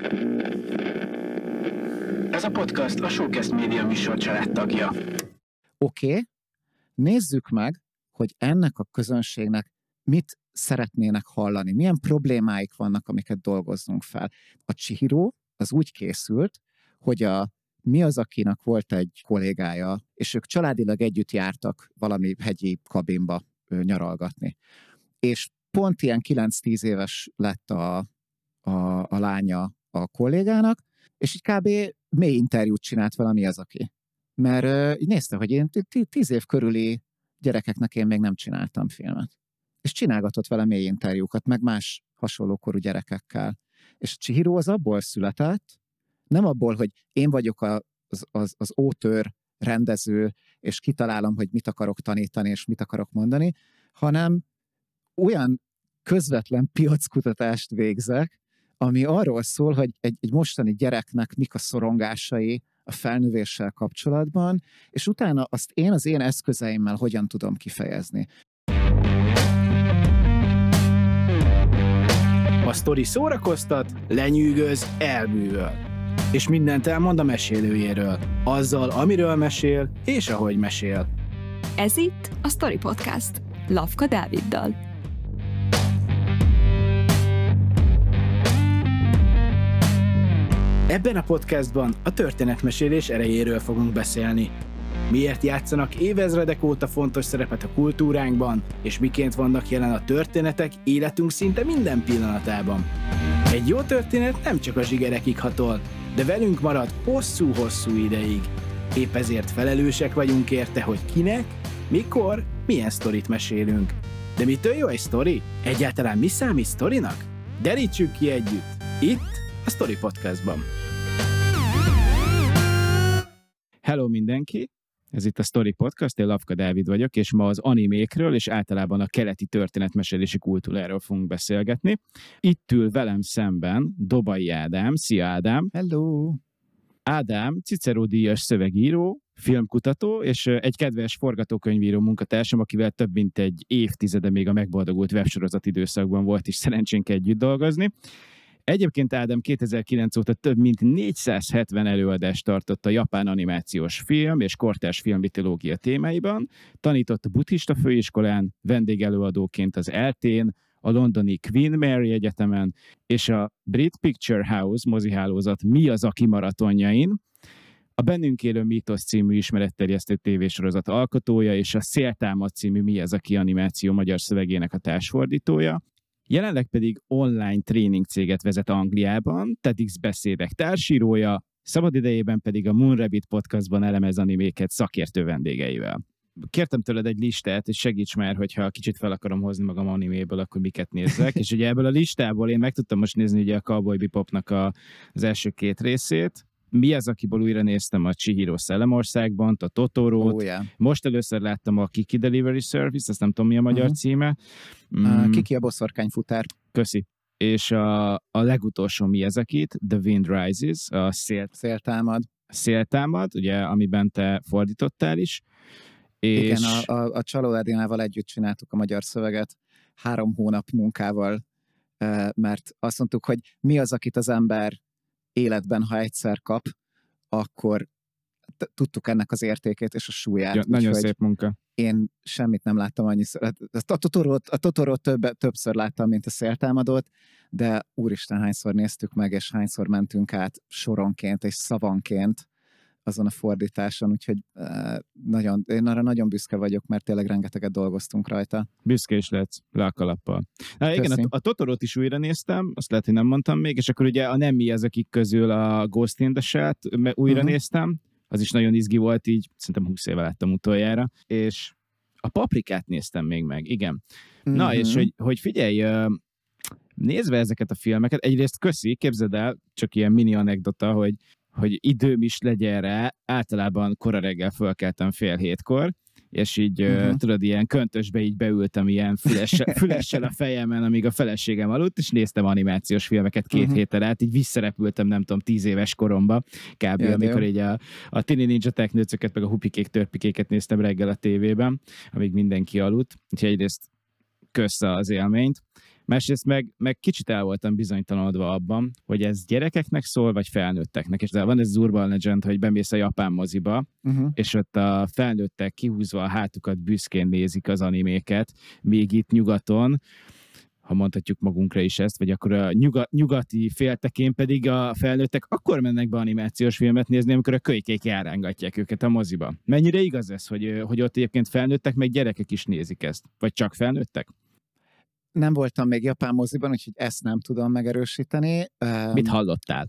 Ez a podcast a Showcast Media műsor családtagja. Oké, nézzük meg, hogy ennek a közönségnek mit szeretnének hallani, milyen problémáik vannak, amiket dolgozzunk fel. A Chihiro az úgy készült, hogy mi az, akinek volt egy kollégája, és ők családilag együtt jártak valami hegyi kabinba nyaralgatni. És pont ilyen 9-10 éves lett a lánya a kollégának, és így kb. Mély interjút csinált valami az, aki. Mert így nézte, hogy én 10 év körüli gyerekeknek én még nem csináltam filmet. És csinálgatott vele mély interjúkat, meg más hasonlókorú gyerekekkel. És a Chihiro az abból született, nem abból, hogy én vagyok az auteur, rendező, és kitalálom, hogy mit akarok tanítani, és mit akarok mondani, hanem olyan közvetlen piackutatást végzek, ami arról szól, hogy egy mostani gyereknek mik a szorongásai a felnövéssel kapcsolatban, és utána azt én az én eszközeimmel hogyan tudom kifejezni. A sztori szórakoztat, lenyűgöz, elbűvöl. És mindent elmond a mesélőjéről. Azzal, amiről mesél, és ahogy mesél. Ez itt a Story Podcast. Lavka Dáviddal. Ebben a podcastban a történetmesélés erejéről fogunk beszélni. Miért játszanak évezredek óta fontos szerepet a kultúránkban, és miként vannak jelen a történetek életünk szinte minden pillanatában. Egy jó történet nem csak a zsigerekig hatol, de velünk marad hosszú-hosszú ideig. Épp ezért felelősek vagyunk érte, hogy kinek, mikor, milyen sztorit mesélünk. De mitől jó egy sztori? Egyáltalán mi számít sztorinak? Derítsük ki együtt, itt a Story Podcastban. Hello mindenki! Ez itt a Story Podcast, én Lavka Dávid vagyok, és ma az animékről és általában a keleti történetmesélési kultúráról fogunk beszélgetni. Itt ül velem szemben Dobai Ádám. Szia Ádám! Hello! Ádám Cicero-díjas szövegíró, filmkutató, és egy kedves forgatókönyvíró munkatársam, akivel több mint egy évtizede még a megboldogult websorozat időszakban volt is szerencsénk együtt dolgozni. Egyébként Ádám 2009 óta több mint 470 előadást tartott a japán animációs film és kortárs filmmitológia témáiban, tanított a buddhista főiskolán, vendégelőadóként az ELTE-n, a londoni Queen Mary Egyetemen és a Brit Picture House mozihálózat Mi az aki maratonjain, a Bennünk élő mítosz című ismeretterjesztő tévésorozat alkotója és a Széltámad című Miyazaki animáció magyar szövegének a társfordítója. Jelenleg pedig online tréning céget vezet Angliában, TEDx beszédek társírója, szabadidejében pedig a Moon Rabbit podcastban elemez animéket szakértő vendégeivel. Kértem tőled egy listát, és segíts már, hogyha kicsit fel akarom hozni magam animéből, akkor miket nézzek. És ugye ebből a listából én meg tudtam most nézni ugye a Cowboy Bebopnak az első 2 részét. Mi az, akiból újra néztem a Chihiro Szellemországban, a Totorót. Most először láttam a Kiki Delivery Service, azt nem tudom, mi a magyar címe. Kiki a boszorkányfutár. Köszi. És a legutolsó Miyazakit, The Wind Rises, a Széltámad, ugye, amiben te fordítottál is. És... Igen, a Csaló Edinával együtt csináltuk a magyar szöveget 3 hónap munkával, mert azt mondtuk, hogy mi az, akit az ember életben, ha egyszer kap, akkor tudtuk ennek az értékét és a súlyát. Ja, nagyon szép munka. Én semmit nem láttam annyiszor. A Totorót többször láttam, mint a Széltámadót, de úristen, hányszor néztük meg, és hányszor mentünk át soronként és szavanként azon a fordításon, úgyhogy én arra nagyon büszke vagyok, mert tényleg rengeteget dolgoztunk rajta. Büszke is lehetsz, le a kalappal. Igen, a Totorót is újra néztem, azt lehet, hogy nem mondtam még, és akkor ugye a nem mi azokik közül a Ghost in the Shell-t újra néztem, az is nagyon izgi volt, így szerintem 20 éve láttam utoljára, és a Paprikát néztem még meg, igen. Na, és hogy figyelj, nézve ezeket a filmeket, egyrészt köszi, képzeld el, csak ilyen mini anekdota, hogy időm is legyen rá, általában kora reggel fölkeltem 6:30, és így tudod, ilyen köntösbe így beültem ilyen fülessel a fejemen, amíg a feleségem aludt, és néztem animációs filmeket 2 héten át, így visszarepültem, nem tudom, 10 éves koromba, kb. Amikor így a Tini Ninja Technőcöket, meg a Hupikék, Törpikéket néztem reggel a tévében, amíg mindenki aludt, úgyhogy egyrészt kösz az élményt. Másrészt meg kicsit el voltam bizonytalanodva abban, hogy ez gyerekeknek szól, vagy felnőtteknek. És van ez az urban legend, hogy bemész a japán moziba, és ott a felnőttek kihúzva a hátukat büszkén nézik az animéket, még itt nyugaton, ha mondhatjuk magunkra is ezt, vagy akkor a nyugati féltekén pedig a felnőttek akkor mennek be animációs filmet nézni, amikor a kölykék járángatják őket a moziba. Mennyire igaz ez, hogy ott egyébként felnőttek, meg gyerekek is nézik ezt? Vagy csak felnőttek? Nem voltam még japán moziban, úgyhogy ezt nem tudom megerősíteni. Mit hallottál?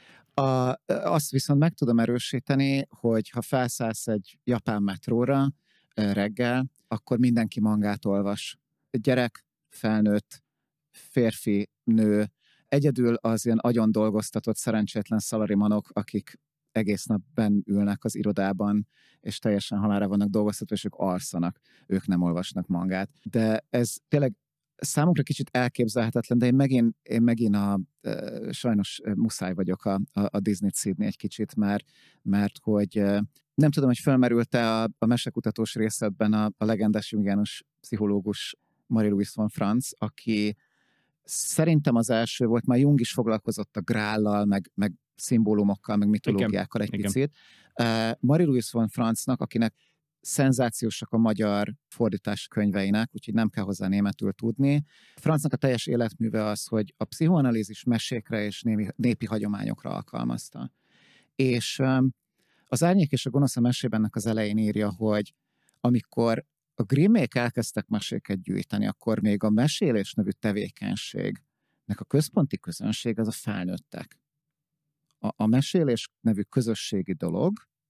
Azt viszont meg tudom erősíteni, hogy ha felszállsz egy japán metróra reggel, akkor mindenki mangát olvas. Gyerek, felnőtt, férfi, nő, egyedül az ilyen agyon dolgoztatott szerencsétlen szalarimanok, akik egész nap benn ülnek az irodában, és teljesen halálra vannak dolgoztatva, és ők alszanak, ők nem olvasnak mangát. De ez tényleg számunkra kicsit elképzelhetetlen, de én megint sajnos muszáj vagyok a Disney-t szídni egy kicsit, mert hogy nem tudom, hogy felmerült-e a mesekutatós részletben a legendás jungiánus pszichológus Marie-Louise von Franz, aki szerintem az első volt, már Jung is foglalkozott a grállal, meg szimbólumokkal, meg mitológiákkal egy picit. Marie-Louise von Franznak, akinek szenzációsak a magyar fordítás könyveinek, úgyhogy nem kell hozzá németül tudni. Franznak a teljes életműve az, hogy a pszichoanalízis mesékre és népi hagyományokra alkalmazta. És az Árnyék és a gonosz a mesében az elején írja, hogy amikor a Grimmék elkezdtek meséket gyűjteni, akkor még a mesélés nevű tevékenységnek a központi közönség az a felnőttek. A mesélés nevű közösségi dolog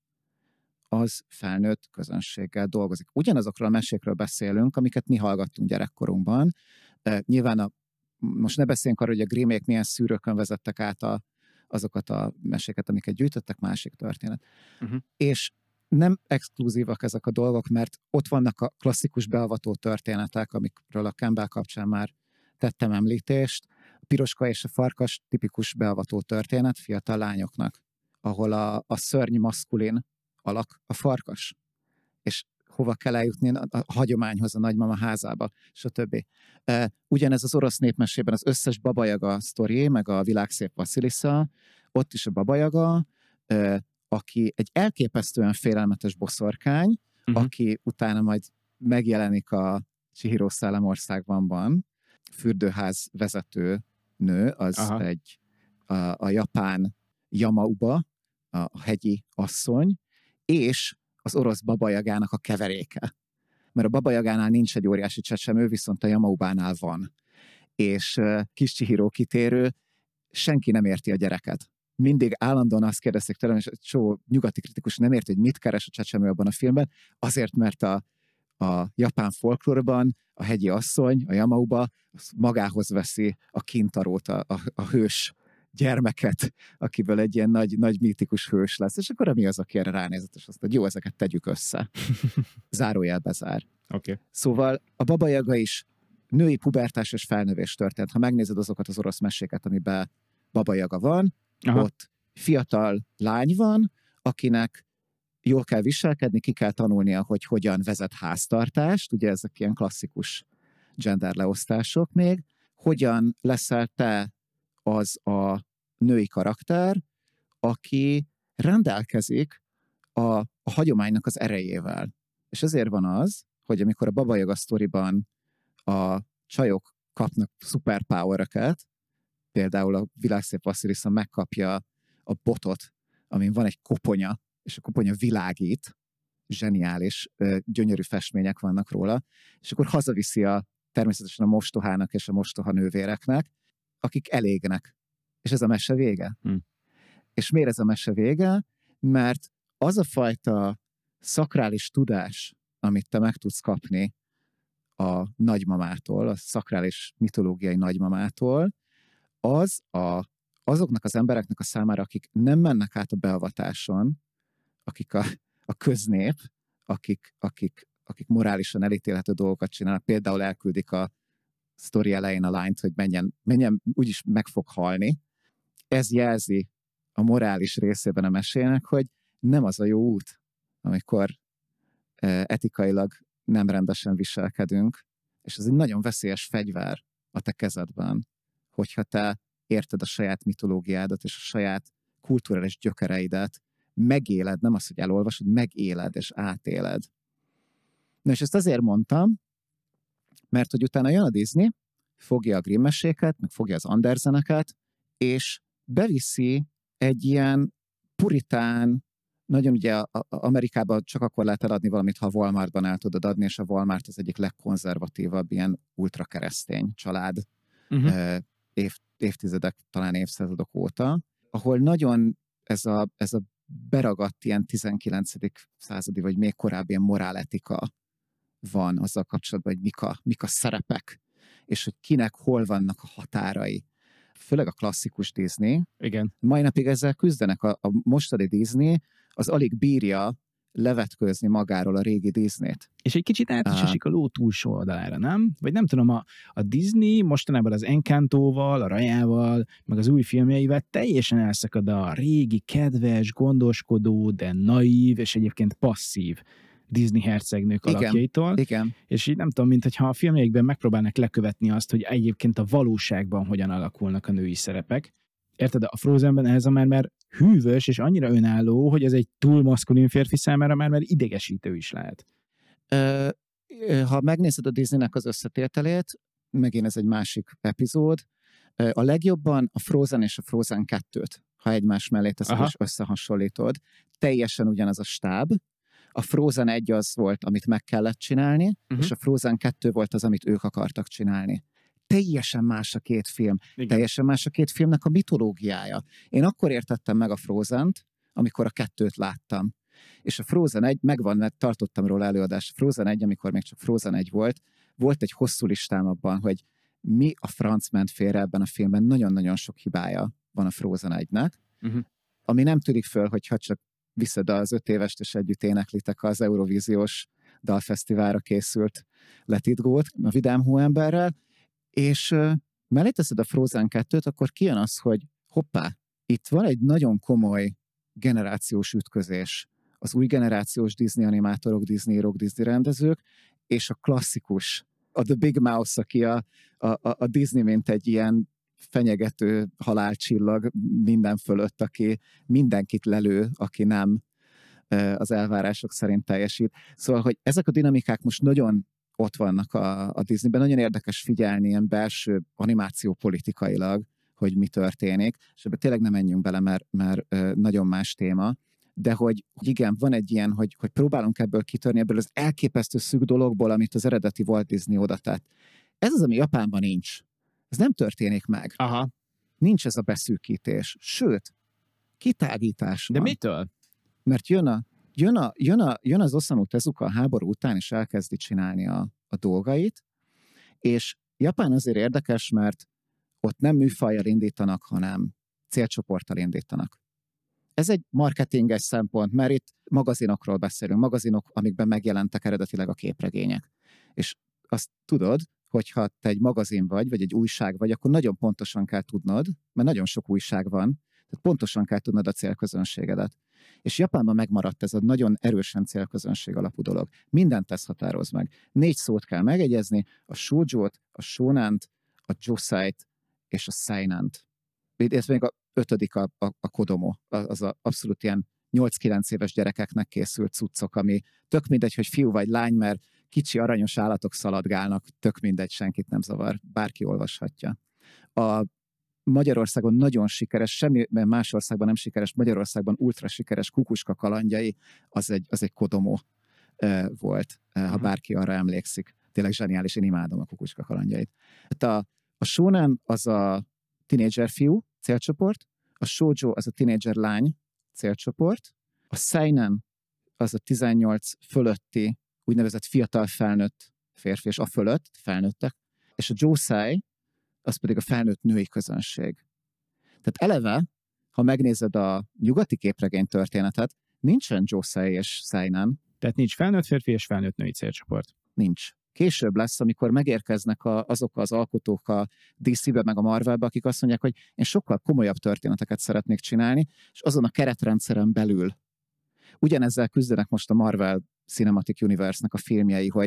az felnőtt közönséggel dolgozik. Ugyanazokról a mesékről beszélünk, amiket mi hallgattunk gyerekkorunkban. Nyilván most ne beszéljünk arról, hogy a Grimmék milyen szűrőkön vezettek át azokat a meséket, amiket gyűjtöttek, másik történet. És nem exkluzívak ezek a dolgok, mert ott vannak a klasszikus beavató történetek, amikről a Campbell kapcsán már tettem említést. A Piroska és a farkas tipikus beavató történet fiatal lányoknak, ahol a szörny maszkulin alak a farkas, és hova kell eljutni a hagyományhoz, a nagymama házába, stb. Ugyanez az orosz népmesében az összes Baba Jaga sztori, meg a Világszép Vasilisza, ott is a Baba Jaga, aki egy elképesztően félelmetes boszorkány, aki utána majd megjelenik a Chihiro Szellemországban, fürdőház vezető nő, az a japán Yamauba, a hegyi asszony, és az orosz Baba Jagának a keveréke. Mert a Baba Jagánál nincs egy óriási csecsemő, viszont a Yamaubánál van. És kis Chihiro kitérő, senki nem érti a gyereket. Mindig állandóan azt kérdezték tőlem, és csó nyugati kritikus nem érti, hogy mit keres a csecsemő abban a filmben, azért, mert a japán folklórban a hegyi asszony, a Yamauba, magához veszi a Kintarót, a hős gyermeket, akiből egy ilyen nagy mítikus hős lesz, és akkor mi az, aki erre ránézett, és azt mondja, jó, ezeket tegyük össze. Zárójel bezár. Okay. Szóval a Baba Jaga is női pubertás és felnövés történt. Ha megnézed azokat az orosz meséket, amiben Baba Jaga van, ott fiatal lány van, akinek jól kell viselkedni, ki kell tanulnia, hogy hogyan vezet háztartást, ugye ezek ilyen klasszikus gender leosztások még, hogyan leszel te az a női karakter, aki rendelkezik a hagyománynak az erejével. És ezért van az, hogy amikor a Baba Jaga sztoriban a csajok kapnak superpowereket, például a Világszép Vasilisza megkapja a botot, amin van egy koponya, és a koponya világít, zseniális, gyönyörű festmények vannak róla, és akkor hazaviszi természetesen a mostohának és a mostoha nővéreknek, akik elégnek. És ez a mese vége. És miért ez a mese vége? Mert az a fajta szakrális tudás, amit te meg tudsz kapni a nagymamától, a szakrális mitológiai nagymamától, azoknak az embereknek a számára, akik nem mennek át a beavatáson, akik a köznép, akik morálisan elítélhető dolgokat csinálnak, például elküldik a sztori elején a lányt, hogy menjen, úgyis meg fog halni. Ez jelzi a morális részében a mesének, hogy nem az a jó út, amikor etikailag nem rendesen viselkedünk, és ez egy nagyon veszélyes fegyver a te kezedben, hogyha te érted a saját mitológiádat és a saját kulturális gyökereidet, megéled, nem az, hogy elolvasod, megéled és átéled. Na és ezt azért mondtam, mert hogy utána jön a Disney, fogja a Grimm-meséket, meg fogja az Anderseneket, és beviszi egy ilyen puritán, nagyon ugye Amerikában csak akkor lehet eladni valamit, ha a Walmartban el tudod adni, és a Walmart az egyik legkonzervatívabb ilyen ultrakeresztény család évtizedek, talán évszázadok óta, ahol nagyon ez a beragadt ilyen 19. századi, vagy még korábbi ilyen moráletika van azzal kapcsolatban, hogy mik a szerepek, és hogy kinek hol vannak a határai. Főleg a klasszikus Disney. Igen. Mai napig ezzel küzdenek. A mostani Disney az alig bírja levetkőzni magáról a régi Disneyt. És egy kicsit át is esik a ló túlsó oldalára, nem? Vagy nem tudom, a Disney mostanában az Encantóval, a Rayával, meg az új filmjeivel teljesen elszakad a régi, kedves, gondoskodó, de naív, és egyébként passzív Disney hercegnők alakjaitól. Igen. És így nem tudom, mintha a filmjeikben megpróbálnak lekövetni azt, hogy egyébként a valóságban hogyan alakulnak a női szerepek. Érted? A Frozenben ez a már hűvös, és annyira önálló, hogy ez egy túl maszkulin férfi számára már idegesítő is lehet. Ha megnézed a Disneynek az összetételét, megint ez egy másik epizód, a legjobban a Frozen és a Frozen 2-t, ha egymás mellé teszed és összehasonlítod, teljesen ugyanaz a stáb. A Frozen 1 az volt, amit meg kellett csinálni, és a Frozen 2 volt az, amit ők akartak csinálni. Teljesen más a két film. Igen. Teljesen más a két filmnek a mitológiája. Én akkor értettem meg a Frozent, amikor a 2-t láttam. És a Frozen 1, megvan, mert tartottam róla előadást. Frozen 1, amikor még csak Frozen 1 volt egy hosszú listám abban, hogy mi a franc ment félre ebben a filmben. Nagyon-nagyon sok hibája van a Frozen 1-nek, ami nem tűnik föl, hogyha csak viszed az 5 évest, és együtt éneklitek az Eurovíziós dalfesztiválra készült Letitgót a Vidám hóemberrel, és mellé teszed a Frozen 2-t, akkor kijön az, hogy hoppá, itt van egy nagyon komoly generációs ütközés. Az új generációs Disney animátorok, Disney írók, Disney rendezők, és a klasszikus, a The Big Mouse, aki a Disney mint egy ilyen fenyegető halálcsillag minden fölött, aki mindenkit lelő, aki nem az elvárások szerint teljesít. Szóval, hogy ezek a dinamikák most nagyon ott vannak a Disneyben, nagyon érdekes figyelni ilyen belső animáció politikailag, hogy mi történik, és ebben tényleg nem menjünk bele, mert nagyon más téma, de hogy igen, van egy ilyen, hogy próbálunk ebből kitörni, ebből az elképesztő szűk dologból, amit az eredeti Walt Disney odatett. Ez az, ami Japánban nincs. Ez nem történik meg. Aha. Nincs ez a beszűkítés. Sőt, kitágítás van. De mitől? Mert jön az Osamu Tezuka a háború után, és elkezdi csinálni a dolgait, és Japán azért érdekes, mert ott nem műfajjal indítanak, hanem célcsoporttal indítanak. Ez egy marketinges szempont, mert itt magazinokról beszélünk, magazinok, amikben megjelentek eredetileg a képregények. És azt tudod, hogyha te egy magazin vagy egy újság vagy, akkor nagyon pontosan kell tudnod, mert nagyon sok újság van, tehát pontosan kell tudnod a célközönségedet. És Japánban megmaradt ez a nagyon erősen célközönség alapú dolog. Mindent ez határoz meg. 4 szót kell megegyezni, a shoujo-t, a shonent, a joseit és a seinent. Ez még a 5. a kodomo, az a abszolút ilyen 8-9 éves gyerekeknek készült cuccok, ami tök mindegy, hogy fiú vagy lány, mert kicsi aranyos állatok szaladgálnak, tök mindegy, senkit nem zavar, bárki olvashatja. A Magyarországon nagyon sikeres, semmi más országban nem sikeres, Magyarországban ultra sikeres Kukucska kalandjai, az egy kodomó volt, ha bárki arra emlékszik. Tényleg zseniális, én imádom a Kukucska kalandjait. A shonen az a tínédzser fiú célcsoport, a shoujo az a tínédzser lány célcsoport, a seinen az a 18 fölötti úgynevezett fiatal felnőtt férfi, és a fölött felnőttek, és a josei az pedig a felnőtt női közönség. Tehát eleve, ha megnézed a nyugati képregény történetet, nincsen josei és seinen. Tehát nincs felnőtt férfi és felnőtt női célcsoport. Nincs. Később lesz, amikor megérkeznek azok az alkotók a DC-be meg a Marvelbe, akik azt mondják, hogy én sokkal komolyabb történeteket szeretnék csinálni, és azon a keretrendszeren belül. Ugyanezzel küzdenek most a Marvel Cinematic Universe-nek a filmjei, hogy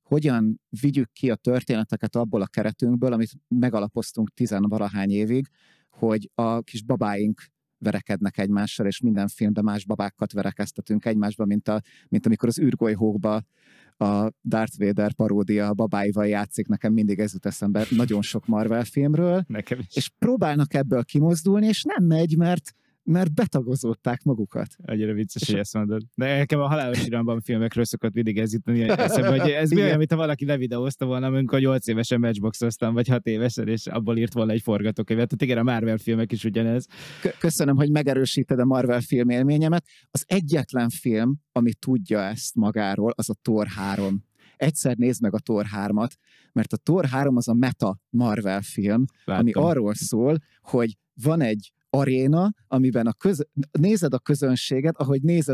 hogyan vigyük ki a történeteket abból a keretünkből, amit megalapoztunk 10-valahány évig, hogy a kis babáink verekednek egymással, és minden filmben más babákat verekeztetünk egymásba, mint amikor az űrgolyhókba a Darth Vader paródia babáival játszik, nekem mindig ez jut eszembe nagyon sok Marvel filmről, Nekem is. és próbálnak ebből kimozdulni, és nem megy, mert betagozódták magukat. Annyira vicces, hogy ezt mondod. De nekem a Halálos Iramban filmekről szokott mindig ez jutni eszembe, hogy ez mi olyan, mint ha valaki levideózta volna, amikor 8 évesen matchboxoztam, vagy 6 évesen, és abból írt volna egy forgatókönyvet. Tehát igen, a Marvel filmek is ugyanez. Köszönöm, hogy megerősíted a Marvel film élményemet. Az egyetlen film, ami tudja ezt magáról, az a Thor 3. Egyszer nézd meg a Thor 3-at, mert a Thor 3 az a meta Marvel film, ami arról szól, hogy van egy aréna, amiben nézed a közönséget, ahogy nézi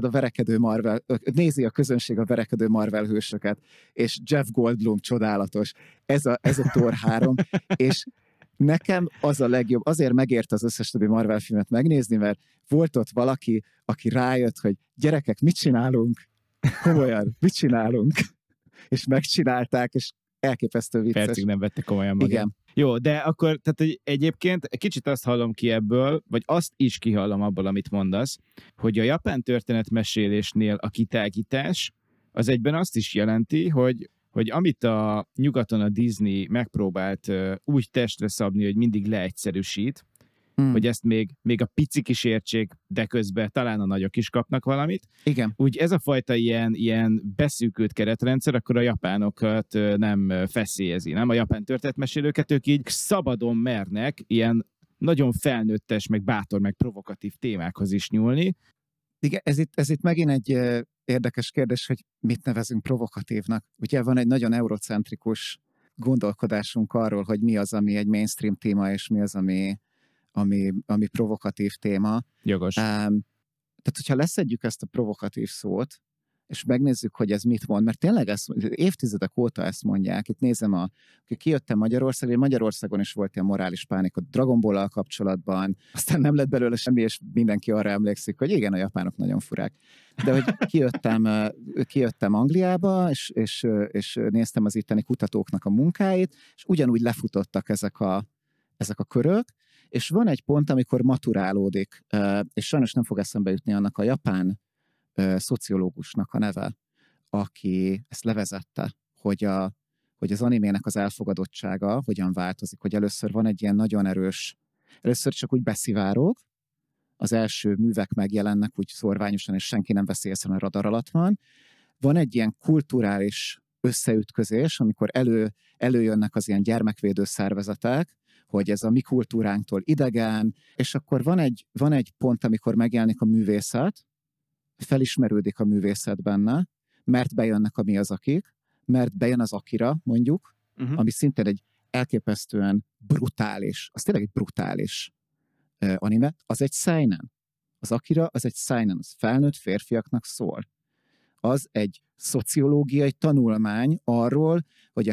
a közönség a verekedő Marvel hősöket, és Jeff Goldblum csodálatos. Ez a Thor 3, és nekem az a legjobb, azért megért az összes többi Marvel filmet megnézni, mert volt ott valaki, aki rájött, hogy gyerekek, mit csinálunk? Komolyan, mit csinálunk? És megcsinálták, és elképesztő vicces. Percig nem vette komolyan magát. Igen. Jó, de akkor tehát egyébként kicsit azt hallom ki ebből, vagy azt is kihallom abból, amit mondasz, hogy a japán történetmesélésnél a kitágítás az egyben azt is jelenti, hogy amit a nyugaton a Disney megpróbált úgy testre szabni, hogy mindig leegyszerűsít, hogy ezt még a picik is értsék, de közben talán a nagyok is kapnak valamit. Igen. Úgy ez a fajta ilyen beszűkült keretrendszer, akkor a japánokat nem feszélyezi, nem? A japán történetmesélőket ők így szabadon mernek ilyen nagyon felnőttes, meg bátor, meg provokatív témákhoz is nyúlni. Igen, ez itt megint egy érdekes kérdés, hogy mit nevezünk provokatívnak. Ugye van egy nagyon eurocentrikus gondolkodásunk arról, hogy mi az, ami egy mainstream téma, és mi az, ami provokatív téma. Jogos. Tehát, hogyha leszedjük ezt a provokatív szót, és megnézzük, hogy ez mit mond, mert tényleg évtizedek óta ezt mondják. Itt nézem, aki kijöttem Magyarországon, Magyarországon is volt ilyen morális pánik a Dragon Ball-al kapcsolatban, aztán nem lett belőle semmi, és mindenki arra emlékszik, hogy igen, a japánok nagyon furák. De hogy kijöttem Angliába, és néztem az itteni kutatóknak a munkáit, és ugyanúgy lefutottak ezek a körök, és van egy pont, amikor maturálódik, és sajnos nem fog eszembe jutni annak a japán szociológusnak a neve, aki ezt levezette, hogy az animének az elfogadottsága hogyan változik, hogy először van egy ilyen nagyon erős, először csak úgy beszivárog, az első művek megjelennek úgy szorványosan, és senki nem veszi észre, mert radar alatt van. Van egy ilyen kulturális összeütközés, amikor előjönnek az ilyen gyermekvédő szervezetek, hogy ez a mi kultúránktól idegen, és akkor van egy pont, amikor megjelenik a művészet, felismerődik a művészet benne, mert bejönnek a Miyazakik, mert bejön az Akira, mondjuk, ami szintén egy elképesztően brutális, az tényleg egy brutális anime, az egy seinen. Az Akira az egy seinen, az felnőtt férfiaknak szól. Az egy szociológiai tanulmány arról, hogy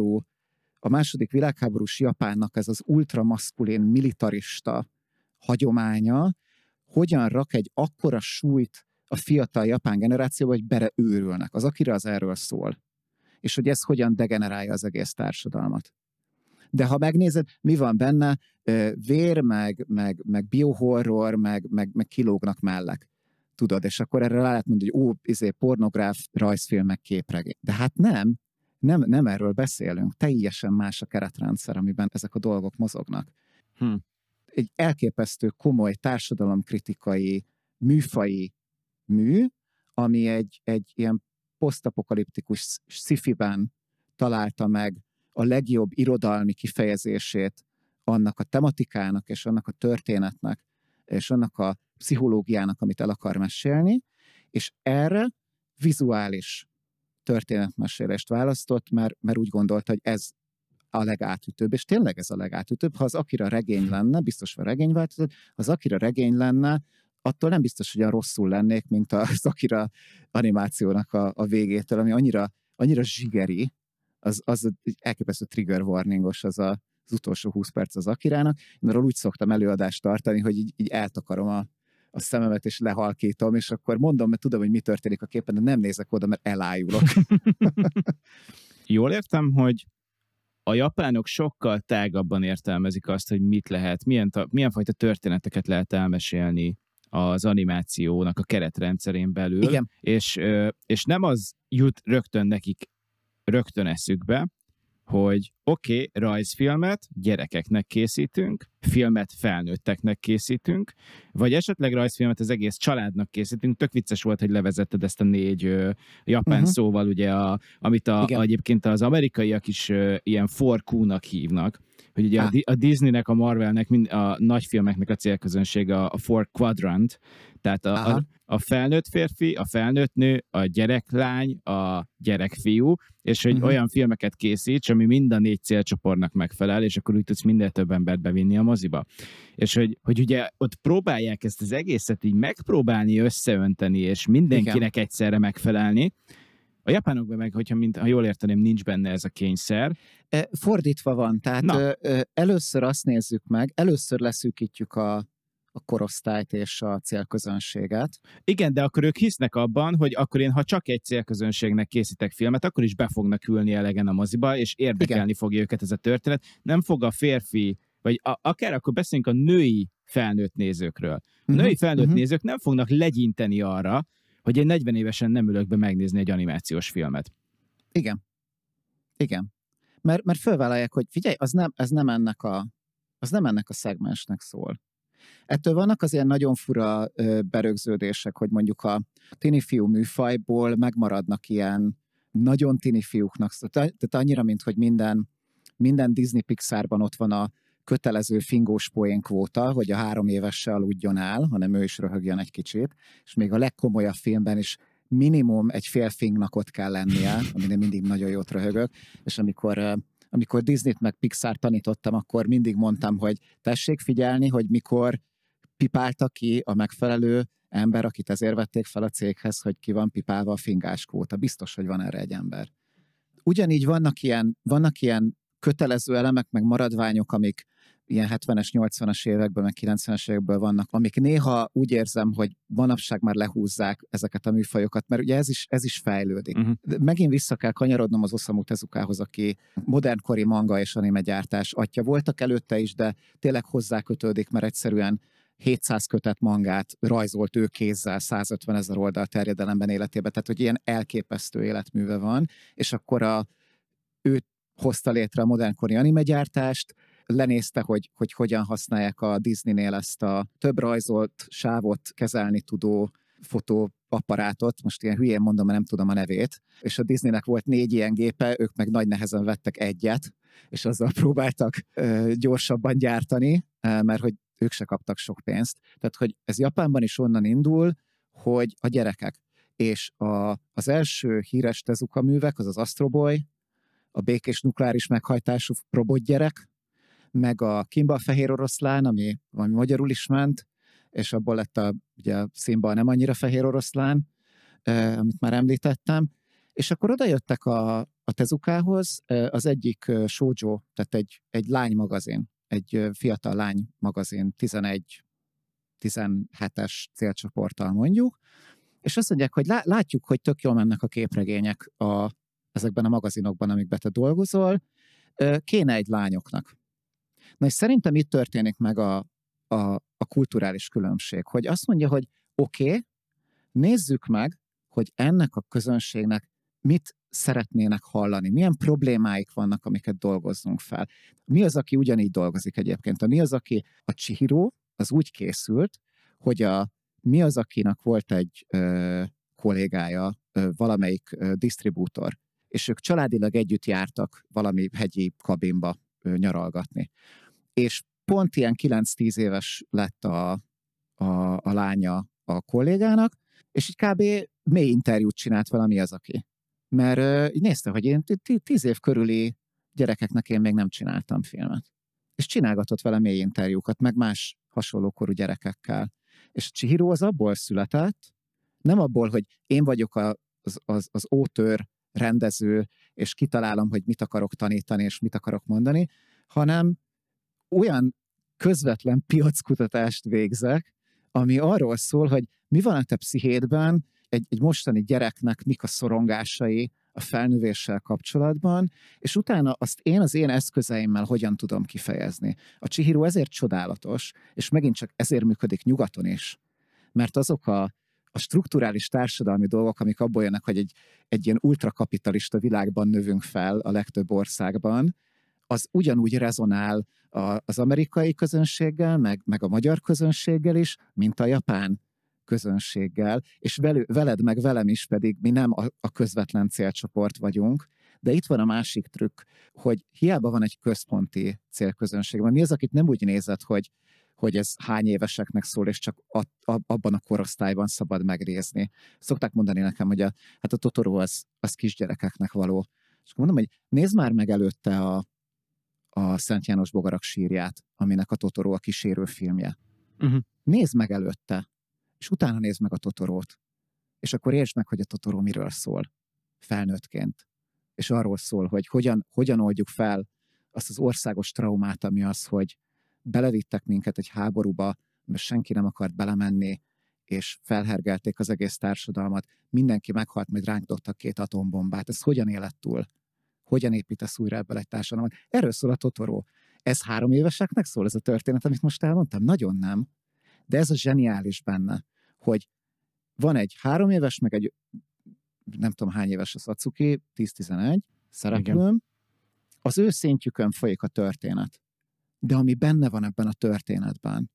a második világháborús Japánnak ez az ultramaszkulin militarista hagyománya hogyan rak egy akkora súlyt a fiatal japán generációba, hogy beleőrülnek. Az Akira az erről szól. És hogy ez hogyan degenerálja az egész társadalmat. De ha megnézed, mi van benne, vér, meg biohorror, meg kilógnak mellek. Tudod, és akkor erre rá lehet mondani, hogy pornográf rajzfilm, meg képregény. De hát nem erről beszélünk. Teljesen más a keretrendszer, amiben ezek a dolgok mozognak. Egy elképesztő komoly társadalomkritikai, műfaji mű, ami egy ilyen posztapokaliptikus sci-fiben találta meg a legjobb irodalmi kifejezését annak a tematikának, és annak a történetnek, és annak a pszichológiának, amit el akar mesélni, és erre vizuális történetmesélést választott, mert úgy gondolta, hogy ez a legátütőbb, és tényleg ez a legátütőbb. Ha az Akira regény lenne, biztos van regényváltozat, ha az Akira regény lenne, attól nem biztos, hogy olyan rosszul lennék, mint az Akira animációnak a végétől, ami annyira zsigeri, az elképesztő trigger warningos az utolsó 20 perc az Akirának. Én arról úgy szoktam előadást tartani, hogy így eltakarom a szememet, és lehalkítom, és akkor mondom, mert tudom, hogy mi történik a képen, de nem nézek oda, mert elájulok. Jól értem, hogy a japánok sokkal tágabban értelmezik azt, hogy mit lehet, milyen fajta történeteket lehet elmesélni az animációnak a keretrendszerén belül, Igen. És nem az jut rögtön nekik rögtön eszükbe, hogy oké, rajzfilmet gyerekeknek készítünk, filmet felnőtteknek készítünk, vagy esetleg rajzfilmet az egész családnak készítünk. Tök vicces volt, hogy levezetted ezt a 4 japán szóval, ugye, amit egyébként az amerikaiak is ilyen 4Q-nak hívnak, hogy ugye a Disneynek, a Marvelnek, a nagyfilmeknek a célközönsége a 4 quadrant, tehát a felnőtt férfi, a felnőtt nő, a gyereklány, a gyerekfiú, és hogy olyan filmeket készíts, ami mind a 4 célcsoportnak megfelel, és akkor úgy tudsz minél több embert bevinni a moziba. És hogy ugye ott próbálják ezt az egészet így megpróbálni összeönteni, és mindenkinek egyszerre megfelelni. A japánokban meg, ha jól érteném, nincs benne ez a kényszer. Fordítva van, tehát először azt nézzük meg, először leszűkítjük a korosztályt és a célközönséget. Igen, de akkor ők hisznek abban, hogy akkor én, ha csak egy célközönségnek készítek filmet, akkor is be fognak ülni elegen a moziba, és érdekelni fogja őket ez a történet. Nem fog a férfi, vagy akár akkor beszéljünk a női felnőtt nézőkről. A női felnőtt nézők nem fognak legyinteni arra, hogy egy 40 évesen nem ülök be megnézni egy animációs filmet. Igen. Mert fölvállalják, hogy figyelj, ez nem ennek a szegmensnek szól. Ettől vannak az ilyen nagyon fura berögződések, hogy mondjuk a tini fiú műfajból megmaradnak ilyen nagyon tini fiúknak. Tehát annyira, mint hogy minden Disney Pixarban ott van a kötelező fingós poénkvóta, hogy a 3 évessel aludjon el, hanem ő is röhögjön egy kicsit, és még a legkomolyabb filmben is minimum egy fél fingnak ott kell lennie, amin mindig nagyon jót röhögök, és amikor Disneyt meg Pixar tanítottam, akkor mindig mondtam, hogy tessék figyelni, hogy mikor pipálta ki a megfelelő ember, akit ezért vették fel a céghez, hogy ki van pipálva a fingáskvóta. Biztos, hogy van erre egy ember. Ugyanígy vannak ilyen kötelező elemek, meg maradványok, amik ilyen 70-es, 80-as évekből, meg 90-es évekből vannak, amik néha úgy érzem, hogy manapság már lehúzzák ezeket a műfajokat, mert ugye ez is fejlődik. Megint vissza kell kanyarodnom az Osamu Tezukához, aki modernkori manga és anime gyártás atya. Voltak előtte is, de tényleg hozzá kötődik, mert egyszerűen 700 kötet mangát rajzolt ő kézzel 150 000 oldal terjedelemben életében, tehát hogy ilyen elképesztő életműve van, és akkor ő hozta létre a modernkori anime gyártást, lenézte, hogy hogyan használják a Disneynél ezt a több rajzolt sávot kezelni tudó fotóapparátot, most ilyen hülyén mondom, mert nem tudom a nevét, és a Disneynek volt 4 ilyen gépe, ők meg nagy nehezen vettek egyet, és azzal próbáltak gyorsabban gyártani, mert hogy ők se kaptak sok pénzt. Tehát, hogy ez Japánban is onnan indul, hogy a gyerekek. És az első híres Tezuka művek, az Astro Boy, a békés nukleáris meghajtású robotgyerek, meg a Kimba a fehér oroszlán, ami magyarul is ment, és abból lett ugye a Simba nem annyira fehér oroszlán, amit már említettem. És akkor oda jöttek a Tezukához az egyik shoujo, tehát egy lánymagazin, egy fiatal lánymagazin, 11-17-es célcsoporttal mondjuk, és azt mondják, hogy látjuk, hogy tök jól mennek a képregények ezekben a magazinokban, amikben te dolgozol, kéne egy lányoknak. Na és szerintem itt történik meg a kulturális különbség, hogy azt mondja, hogy oké, nézzük meg, hogy ennek a közönségnek mit szeretnének hallani, milyen problémáik vannak, amiket dolgozzunk fel. Mi az, aki ugyanígy dolgozik egyébként? Mi az, aki a Chihiro, az úgy készült, hogy mi az, akinek volt egy kollégája, valamelyik disztribútor, és ők családilag együtt jártak valami hegyi kabinba nyaralgatni. És pont ilyen 9-10 éves lett a lánya a kollégának, és így kb. Mély interjút csinált valami az, aki. Mert így nézte, hogy én 10 év körüli gyerekeknek én még nem csináltam filmet. És csinálgatott vele mély interjúkat, meg más hasonlókorú gyerekekkel. És a Chihiro az abból született, nem abból, hogy én vagyok az auteur, rendező, és kitalálom, hogy mit akarok tanítani, és mit akarok mondani, hanem olyan közvetlen piackutatást végzek, ami arról szól, hogy mi van a te pszichédben, egy mostani gyereknek mik a szorongásai, a felnővéssel kapcsolatban, és utána azt én az én eszközeimmel hogyan tudom kifejezni. A Chihiro ezért csodálatos, és megint csak ezért működik nyugaton is. Mert azok a strukturális társadalmi dolgok, amik abból jönnek, hogy egy ilyen ultrakapitalista világban növünk fel a legtöbb országban, az ugyanúgy rezonál az amerikai közönséggel, meg a magyar közönséggel is, mint a japán közönséggel, és veled meg velem is pedig mi nem a közvetlen célcsoport vagyunk, de itt van a másik trükk, hogy hiába van egy központi célközönség, mert mi az, akit nem úgy nézed, hogy ez hány éveseknek szól, és csak abban a korosztályban szabad megnézni. Szokták mondani nekem, hogy a Totoro az kisgyerekeknek való. És akkor mondom, hogy nézd már meg előtte a Szent János bogarak sírját, aminek a Totoro a kísérő filmje. Uh-huh. Nézd meg előtte, és utána nézd meg a Totorót. És akkor értsd meg, hogy a Totoro miről szól felnőttként. És arról szól, hogy hogyan oldjuk fel azt az országos traumát, ami az, hogy belevittek minket egy háborúba, mert senki nem akart belemenni, és felhergelték az egész társadalmat. Mindenki meghalt, majd ránk dobtak 2 atombombát. Ez hogyan éled túl? Hogyan építesz újra ebből egy társadalmat? Erről szól a Totoro. Ez 3 éveseknek szól ez a történet, amit most elmondtam? Nagyon nem. De ez a zseniális benne, hogy van egy 3 éves, meg egy nem tudom hány éves a Satsuki, 10-11 szereplőm, az ő szintjükön folyik a történet. De ami benne van ebben a történetben,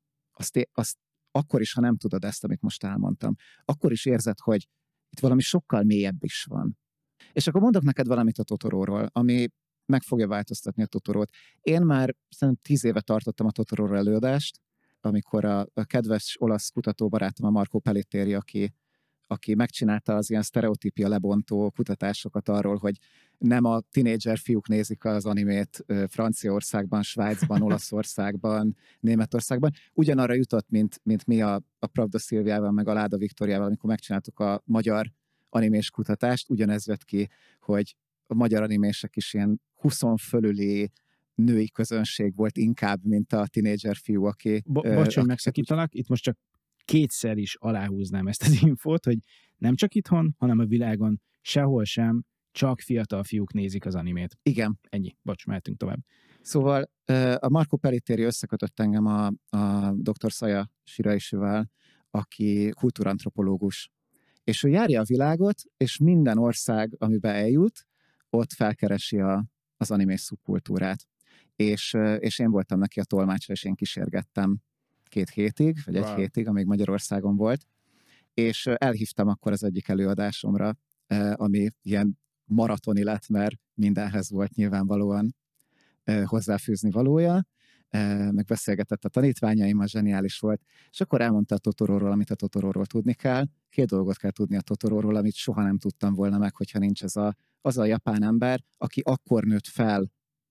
azt akkor is, ha nem tudod ezt, amit most elmondtam, akkor is érzed, hogy itt valami sokkal mélyebb is van. És akkor mondok neked valamit a Totoróról, ami meg fogja változtatni a Totorót. Én már szerintem 10 éve tartottam a Totoróról előadást, amikor a kedves olasz kutatóbarátom, a Marco Pellitteri, aki megcsinálta az ilyen sztereotípia lebontó kutatásokat arról, hogy nem a tinédzser fiúk nézik az animét Franciaországban, Svájcban, Olaszországban, Németországban. Ugyanarra jutott, mint mi a Pravda Szilviával, meg a Láda Viktoriával, amikor megcsináltuk a magyar animés kutatást, ugyanez jött ki, hogy a magyar animések is ilyen 20 fölüli női közönség volt inkább, mint a tinédzser fiú, aki... Bocs, hogy megszakítalak, itt most csak 2-szer is aláhúznám ezt az infót, hogy nem csak itthon, hanem a világon sehol sem csak fiatal fiúk nézik az animét. Igen. Ennyi. Bocs, mehetünk tovább. Szóval a Marco Pellitteri összekötött engem a dr. Saya Shiraishivel, aki kultúrantropológus. És ő járja a világot, és minden ország, amiben eljut, ott felkeresi az animés szubkultúrát. És én voltam neki a tolmácsa, és én kísérgettem 2 hétig, vagy 1 hétig, amíg Magyarországon volt, és elhívtam akkor az egyik előadásomra, ami ilyen maratoni lett, mert mindenhez volt nyilvánvalóan hozzáfűzni valója, meg beszélgetett a tanítványaimmal, zseniális volt, és akkor elmondta a Totoróról, amit a Totoróról tudni kell. 2 dolgot kell tudni a Totoróról, amit soha nem tudtam volna meg, hogyha nincs az a japán ember, aki akkor nőtt fel,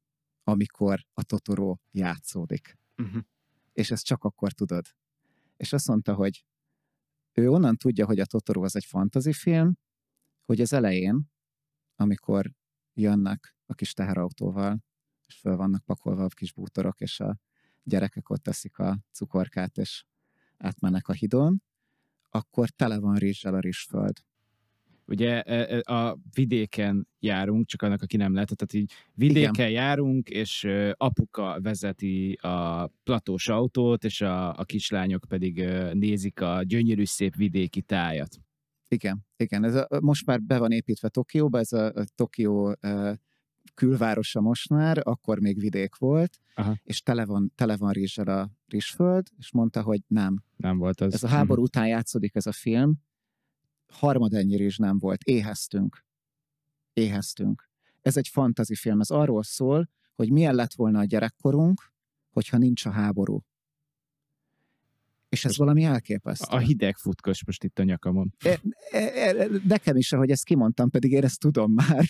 amikor a Totoro játszódik. Uh-huh. És ezt csak akkor tudod. És azt mondta, hogy ő onnan tudja, hogy a Totoro az egy fantasy-film, hogy az elején, amikor jönnek a kis teherautóval, és föl vannak pakolva a kis bútorok, és a gyerekek ott teszik a cukorkát, és átmennek a hidon, akkor tele van rizssel a rizsföld. Ugye a vidéken járunk, csak annak, aki nem lehet, tehát így vidéken igen. Járunk, és apuka vezeti a platós autót, és a kislányok pedig nézik a gyönyörű szép vidéki tájat. Igen. Most már be van építve Tokióba, ez a Tokió külvárosa most már, akkor még vidék volt, aha. És tele van rizssel a rizsföld, és mondta, hogy nem. Nem volt az. Ez a háború után játszódik ez a film, 3 ennyi rizs nem volt. Éheztünk. Ez egy fantasy film, ez arról szól, hogy milyen lett volna a gyerekkorunk, hogyha nincs a háború. És ez most valami elképesztő. A hideg futkos most itt a nyakamon. Nekem is, ahogy ezt kimondtam, pedig én ezt tudom már.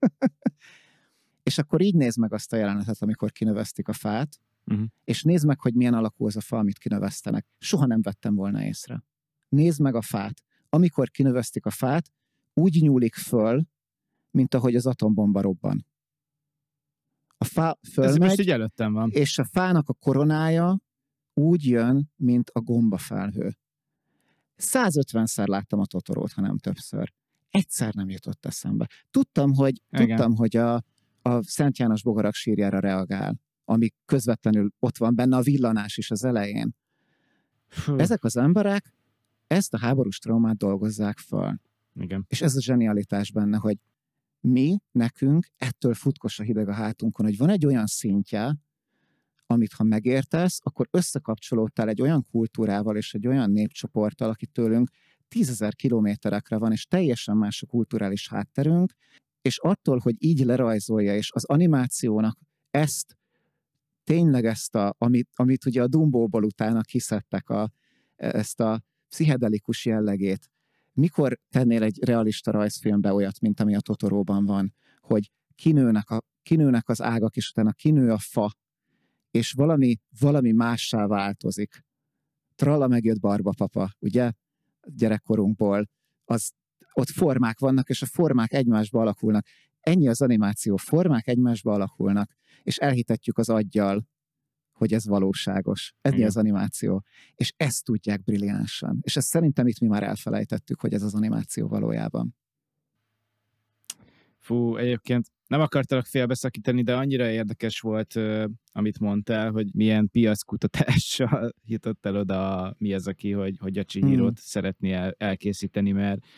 És akkor így nézd meg azt a jelenetet, amikor kinövesztik a fát, és nézd meg, hogy milyen alakú az a fa, amit kinövesztenek. Soha nem vettem volna észre. Nézd meg a fát. Amikor kinövesztik a fát, úgy nyúlik föl, mint ahogy az atombomba robban. A fa fölmegy, most így előttem van. És a fának a koronája úgy jön, mint a gombafelhő. 150-szer láttam a Totorót, ha nem többször. Egyszer nem jutott eszembe. Tudtam, hogy a Szent János bogarak sírjára reagál, ami közvetlenül ott van benne, a villanás is az elején. Ezek az emberek ezt a háborús traumát dolgozzák föl. Igen. És ez a zsenialitás benne, hogy nekünk ettől futkos a hideg a hátunkon, hogy van egy olyan szintje, amit ha megértesz, akkor összekapcsolódtál egy olyan kultúrával és egy olyan népcsoporttal, aki tőlünk 10 000 kilométerekre van, és teljesen más a kulturális hátterünk, és attól, hogy így lerajzolja, és az animációnak amit ugye a Dumbo-ból utána kiszedtek, ezt a pszichedelikus jellegét, mikor tennél egy realista rajzfilmbe olyat, mint ami a Totoróban van, hogy kinőnek az ágak, és utána kinő a fa, és valami mássá változik. Tralla megjött Barbapapa, ugye? Gyerekkorunkból. Ott formák vannak, és a formák egymásba alakulnak. Ennyi az animáció. Formák egymásba alakulnak, és elhitetjük az aggyal, hogy ez valóságos. Ennyi az animáció. És ezt tudják brilliánsan. És ezt szerintem itt mi már elfelejtettük, hogy ez az animáció valójában. Fú, egyébként nem akartalak félbeszakítani, de annyira érdekes volt, amit mondtál, hogy milyen piackutatással jutott el oda mi az, aki, hogy a Chihirót szeretné elkészíteni,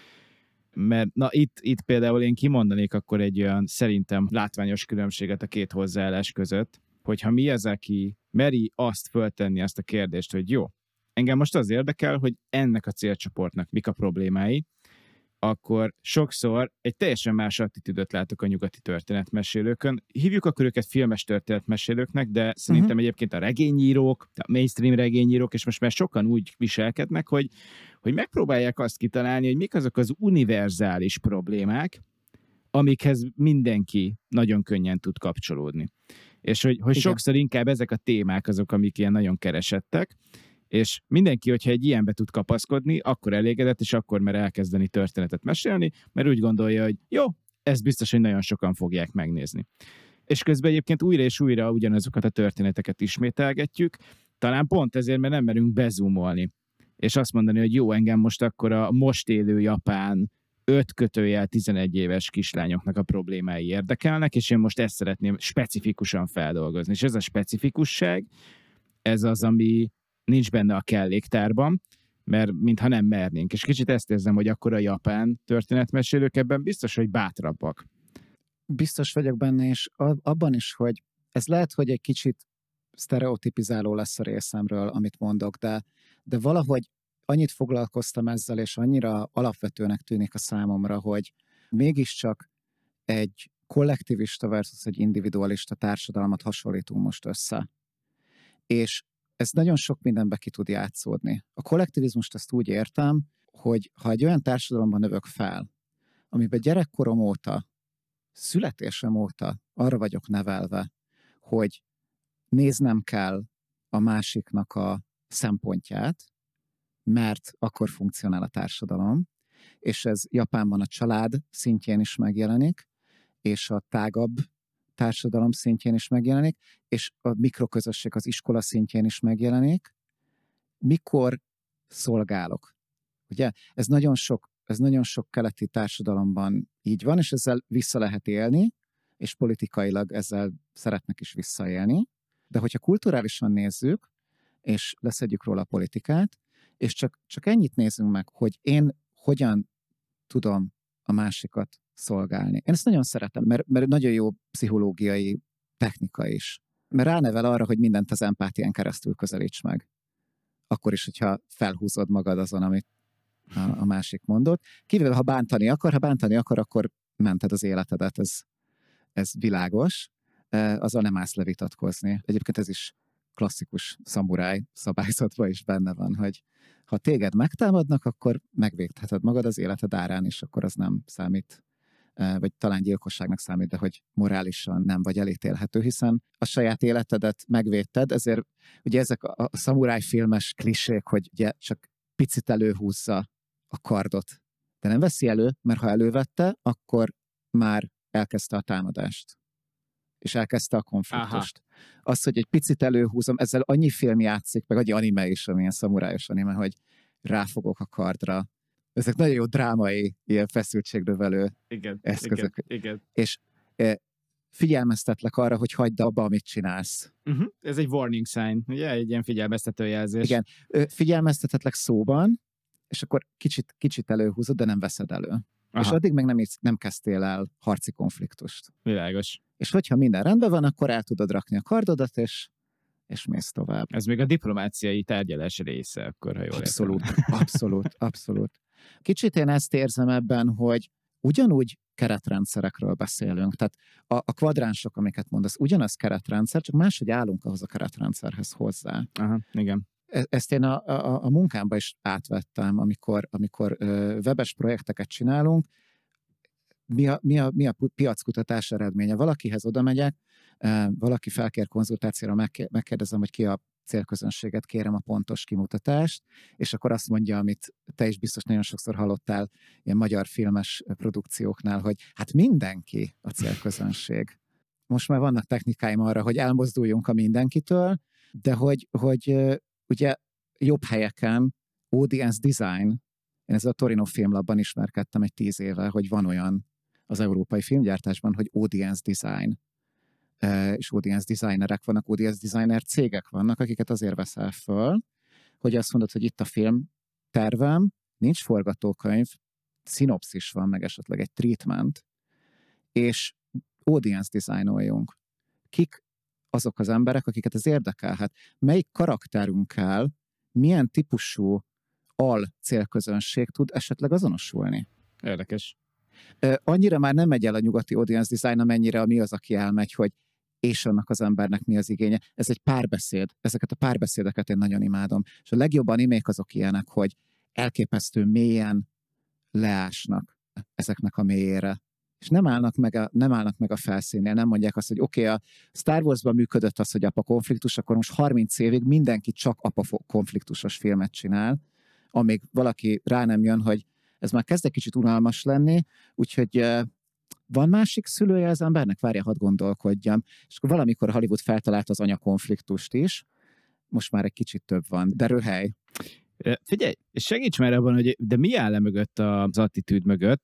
mert na itt például én kimondanék akkor egy olyan szerintem látványos különbséget a két hozzáállás között, hogyha mi az, aki meri azt föltenni azt a kérdést, hogy jó, engem most az érdekel, hogy ennek a célcsoportnak mik a problémái, akkor sokszor egy teljesen más attitűdöt látok a nyugati történetmesélőkön. Hívjuk akkor őket filmes történetmesélőknek, de szerintem egyébként a regényírók, a mainstream regényírók, és most már sokan úgy viselkednek, hogy megpróbálják azt kitalálni, hogy mik azok az univerzális problémák, amikhez mindenki nagyon könnyen tud kapcsolódni. És hogy sokszor inkább ezek a témák azok, amik ilyen nagyon keresettek, és mindenki, hogyha egy ilyenbe tud kapaszkodni, akkor elégedett, és akkor mer elkezdeni történetet mesélni, mert úgy gondolja, hogy jó, ez biztos, hogy nagyon sokan fogják megnézni. És közben egyébként újra és újra ugyanazokat a történeteket ismételgetjük, talán pont ezért, mert nem merünk bezumolni, és azt mondani, hogy jó, engem most akkor a most élő japán 5-11 éves kislányoknak a problémái érdekelnek, és én most ezt szeretném specifikusan feldolgozni. És ez a specifikusság, ez az, ami nincs benne a kelléktárban, mert mintha nem mernénk. És kicsit ezt érzem, hogy akkor a japán történetmesélők ebben biztos, hogy bátrabbak. Biztos vagyok benne, és abban is, hogy ez lehet, hogy egy kicsit sztereotipizáló lesz a részemről, amit mondok, de valahogy annyit foglalkoztam ezzel, és annyira alapvetőnek tűnik a számomra, hogy mégiscsak egy kollektivista versus egy individualista társadalmat hasonlítunk most össze. És ez nagyon sok mindenbe ki tud játszódni. A kollektivizmust azt úgy értem, hogy ha egy olyan társadalomban növök fel, amiben gyerekkorom óta, születésem óta arra vagyok nevelve, hogy néznem kell a másiknak a szempontját, mert akkor funkcionál a társadalom, és ez Japánban a család szintjén is megjelenik, és a tágabb társadalom szintjén is megjelenik, és a mikroközösség az iskola szintjén is megjelenik. Mikor szolgálok? Ugye? Ez nagyon sok keleti társadalomban így van, és ezzel vissza lehet élni, és politikailag ezzel szeretnek is visszaélni. De hogyha kulturálisan nézzük, és leszedjük róla a politikát, és csak ennyit nézzünk meg, hogy én hogyan tudom a másikat szolgálni. Én ezt nagyon szeretem, mert nagyon jó pszichológiai technika is. Mert ránevel arra, hogy mindent az empátián keresztül közelíts meg. Akkor is, hogyha felhúzod magad azon, amit a másik mondott. Kivéve, ha bántani akar, akkor mented az életedet. Ez világos. Azzal nem állsz levitatkozni. Egyébként ez is klasszikus szamuráj szabályzatban is benne van, hogy ha téged megtámadnak, akkor megvédheted magad az életed árán, és akkor az nem számít, vagy talán gyilkosságnak számít, de hogy morálisan nem vagy elítélhető, hiszen a saját életedet megvédted, ezért ugye ezek a szamuráj filmes klisék, hogy ugye csak picit előhúzza a kardot, de nem veszi elő, mert ha elővette, akkor már elkezdte a támadást. És elkezdte a konfliktust. Aha. Az, hogy egy picit előhúzom, ezzel annyi film játszik, meg annyi anime is, amilyen szamurájos anime, hogy ráfogok a kardra, ezek nagyon jó drámai, ilyen feszültségnövelő Igen, eszközök. igen. És figyelmeztetlek arra, hogy hagyd abba, amit csinálsz. Ez egy warning sign, ugye? Egy ilyen figyelmeztető jelzés. Igen, figyelmeztetetlek szóban, és akkor kicsit előhúzod, de nem veszed elő. Aha. És addig meg nem kezdtél el harci konfliktust. Világos. És hogyha minden rendben van, akkor el tudod rakni a kardodat, és mész tovább. Ez még a diplomáciai tárgyalás része, akkor, ha jól Abszolút. Kicsit én ezt érzem ebben, hogy ugyanúgy keretrendszerekről beszélünk. Tehát a kvadránsok, amiket mondasz, ugyanaz keretrendszer, csak máshogy állunk ahhoz a keretrendszerhez hozzá. Aha, igen. Ezt én a munkámban is átvettem, amikor webes projekteket csinálunk. Mi a piackutatás eredménye? Valakihez oda megyek, valaki felkér konzultációra, megkérdezem, hogy ki a célközönséget, kérem a pontos kimutatást, és akkor azt mondja, amit te is biztos nagyon sokszor hallottál ilyen magyar filmes produkcióknál, hogy hát mindenki a célközönség. Most már vannak technikáim arra, hogy elmozduljunk a mindenkitől, de hogy ugye jobb helyeken audience design, én ezzel a Torino Filmlabban ismerkedtem egy 10 éve, hogy van olyan az európai filmgyártásban, hogy audience design, és audience designerek vannak, audience designer cégek vannak, akiket azért veszel föl, hogy azt mondod, hogy itt a film tervem, nincs forgatókönyv, szinopszis van, meg esetleg egy treatment, és audience designoljunk. Kik azok az emberek, akiket ez érdekel? Hát melyik karakterünkkel milyen típusú célközönség tud esetleg azonosulni? Érdekes. Annyira már nem megy el a nyugati audience design, amennyire mi az, aki elmegy, hogy és annak az embernek mi az igénye. Ez egy párbeszéd. Ezeket a párbeszédeket én nagyon imádom. És a legjobb animék azok ilyenek, hogy elképesztő mélyen leásnak ezeknek a mélyére. És nem állnak meg a felszínnél, nem mondják azt, hogy oké, a Star Warsban működött az, hogy apa konfliktus, akkor most 30 évig mindenki csak apa konfliktusos filmet csinál, amíg valaki rá nem jön, hogy ez már kezd egy kicsit unalmas lenni, úgyhogy van másik szülője az embernek? Várja, hadd gondolkodjam. És akkor valamikor Hollywood feltalálta az anyakonfliktust is, most már egy kicsit több van, de röhely. Figyelj, segíts már abban, hogy de mi áll mögött az attitűd mögött?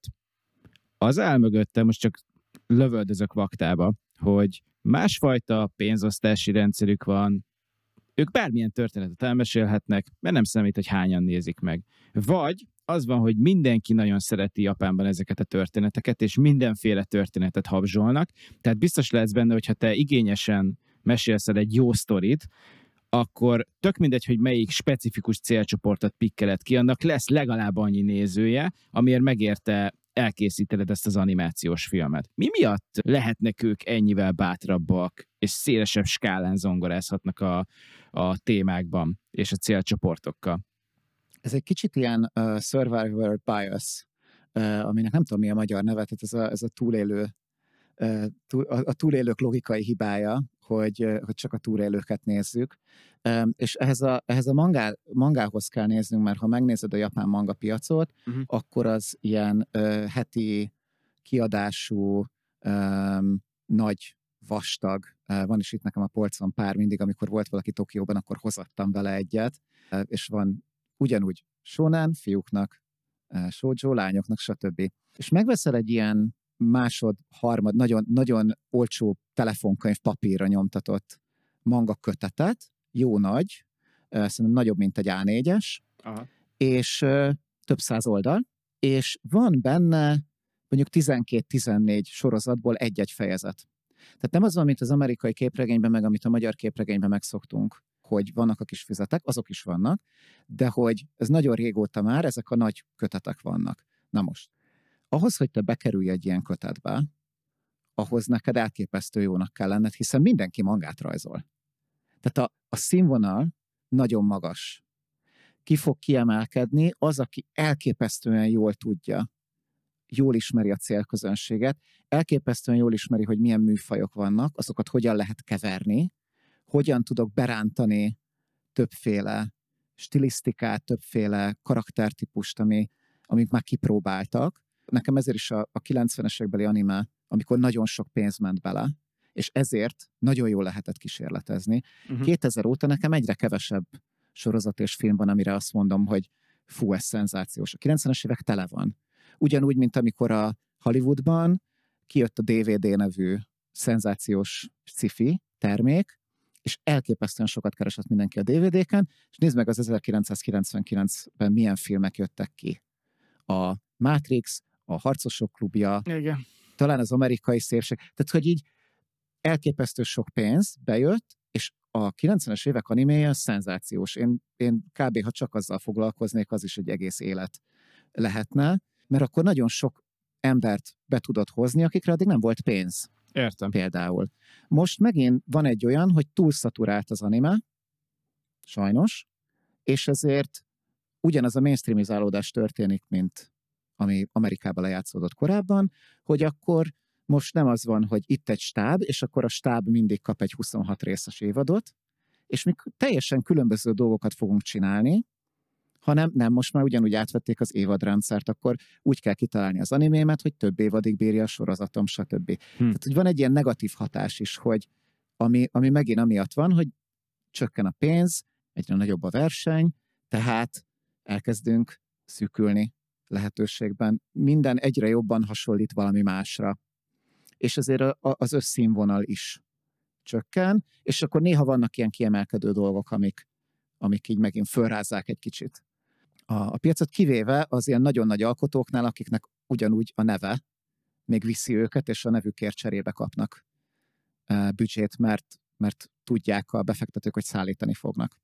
Az áll mögötte, most csak lövöldözök vaktába, hogy másfajta pénzosztási rendszerük van, ők bármilyen történetet elmesélhetnek, mert nem számít, hogy hányan nézik meg. Vagy az van, hogy mindenki nagyon szereti Japánban ezeket a történeteket, és mindenféle történetet habzsolnak, tehát biztos lehetsz benne, hogyha te igényesen mesélsz el egy jó sztorit, akkor tök mindegy, hogy melyik specifikus célcsoportot pikkeled ki, annak lesz legalább annyi nézője, amiért megérte elkészítened ezt az animációs filmet. Mi miatt lehetnek ők ennyivel bátrabbak, és szélesebb skálán zongorázhatnak a témákban és a célcsoportokkal? Ez egy kicsit ilyen survivor bias, aminek nem tudom mi a magyar neve, tehát ez a túlélő, a túlélők logikai hibája, hogy csak a túlélőket nézzük. És ehhez a mangához kell néznünk, mert ha megnézed a japán manga piacot, akkor az ilyen heti kiadású, nagy, vastag, van is itt nekem a polcon pár mindig, amikor volt valaki Tokióban, akkor hozattam vele egyet, és van ugyanúgy shonen fiúknak, shoujo lányoknak, stb. És megveszel egy ilyen harmad, nagyon, nagyon olcsó telefonkönyv papírra nyomtatott manga kötetet, jó nagy, szerintem nagyobb, mint egy A4-es, és több száz oldal, és van benne mondjuk 12-14 sorozatból egy-egy fejezet. Tehát nem az van, mint az amerikai képregényben, meg amit a magyar képregényben megszoktunk, hogy vannak a kis füzetek, azok is vannak, de hogy ez nagyon régóta már, ezek a nagy kötetek vannak. Na most, ahhoz, hogy te bekerülj egy ilyen kötetbe, ahhoz neked elképesztő jónak kell lenned, hiszen mindenki mangát rajzol. Tehát a színvonal nagyon magas. Ki fog kiemelkedni az, aki elképesztően jól tudja, jól ismeri a célközönséget, elképesztően jól ismeri, hogy milyen műfajok vannak, azokat hogyan lehet keverni, hogyan tudok berántani többféle stilisztikát, többféle karaktertípust, amik már kipróbáltak. Nekem ezért is a 90-es évekbeli anime, amikor nagyon sok pénz ment bele, és ezért nagyon jól lehetett kísérletezni. 2000 óta nekem egyre kevesebb sorozat és film van, amire azt mondom, hogy fú, ez szenzációs. A 90-es évek tele van. Ugyanúgy, mint amikor a Hollywoodban kijött a DVD nevű szenzációs sci-fi termék, és elképesztően sokat keresett mindenki a DVD-ken, és nézd meg az 1999-ben milyen filmek jöttek ki. A Matrix, a Harcosok klubja, Igen. talán az Amerikai szépség. Tehát, hogy így elképesztő sok pénz bejött, és a 90-es évek animéje szenzációs. Én kb. Ha csak azzal foglalkoznék, az is egy egész élet lehetne, mert akkor nagyon sok embert be tudott hozni, akikre addig nem volt pénz. Értem. Például. Most megint van egy olyan, hogy túlszaturált az anime, sajnos, és ezért ugyanaz a mainstreamizálódás történik, mint ami Amerikában lejátszódott korábban, hogy akkor most nem az van, hogy itt egy stáb, és akkor a stáb mindig kap egy 26 részes évadot, és mi teljesen különböző dolgokat fogunk csinálni, hanem nem, most már ugyanúgy átvették az évadrendszert, akkor úgy kell kitalálni az animémet, hogy több évadig bírja a sorozatom, stb. Tehát, hogy van egy ilyen negatív hatás is, hogy ami megint amiatt van, hogy csökken a pénz, egyre nagyobb a verseny, tehát elkezdünk szűkülni lehetőségben. Minden egyre jobban hasonlít valami másra. És ezért az összszínvonal is csökken, és akkor néha vannak ilyen kiemelkedő dolgok, amik így megint fölrázzák egy kicsit a piacot, kivéve az ilyen nagyon nagy alkotóknál, akiknek ugyanúgy a neve még viszi őket, és a nevükért cserébe kapnak büdzsét, mert tudják a befektetők, hogy szállítani fognak.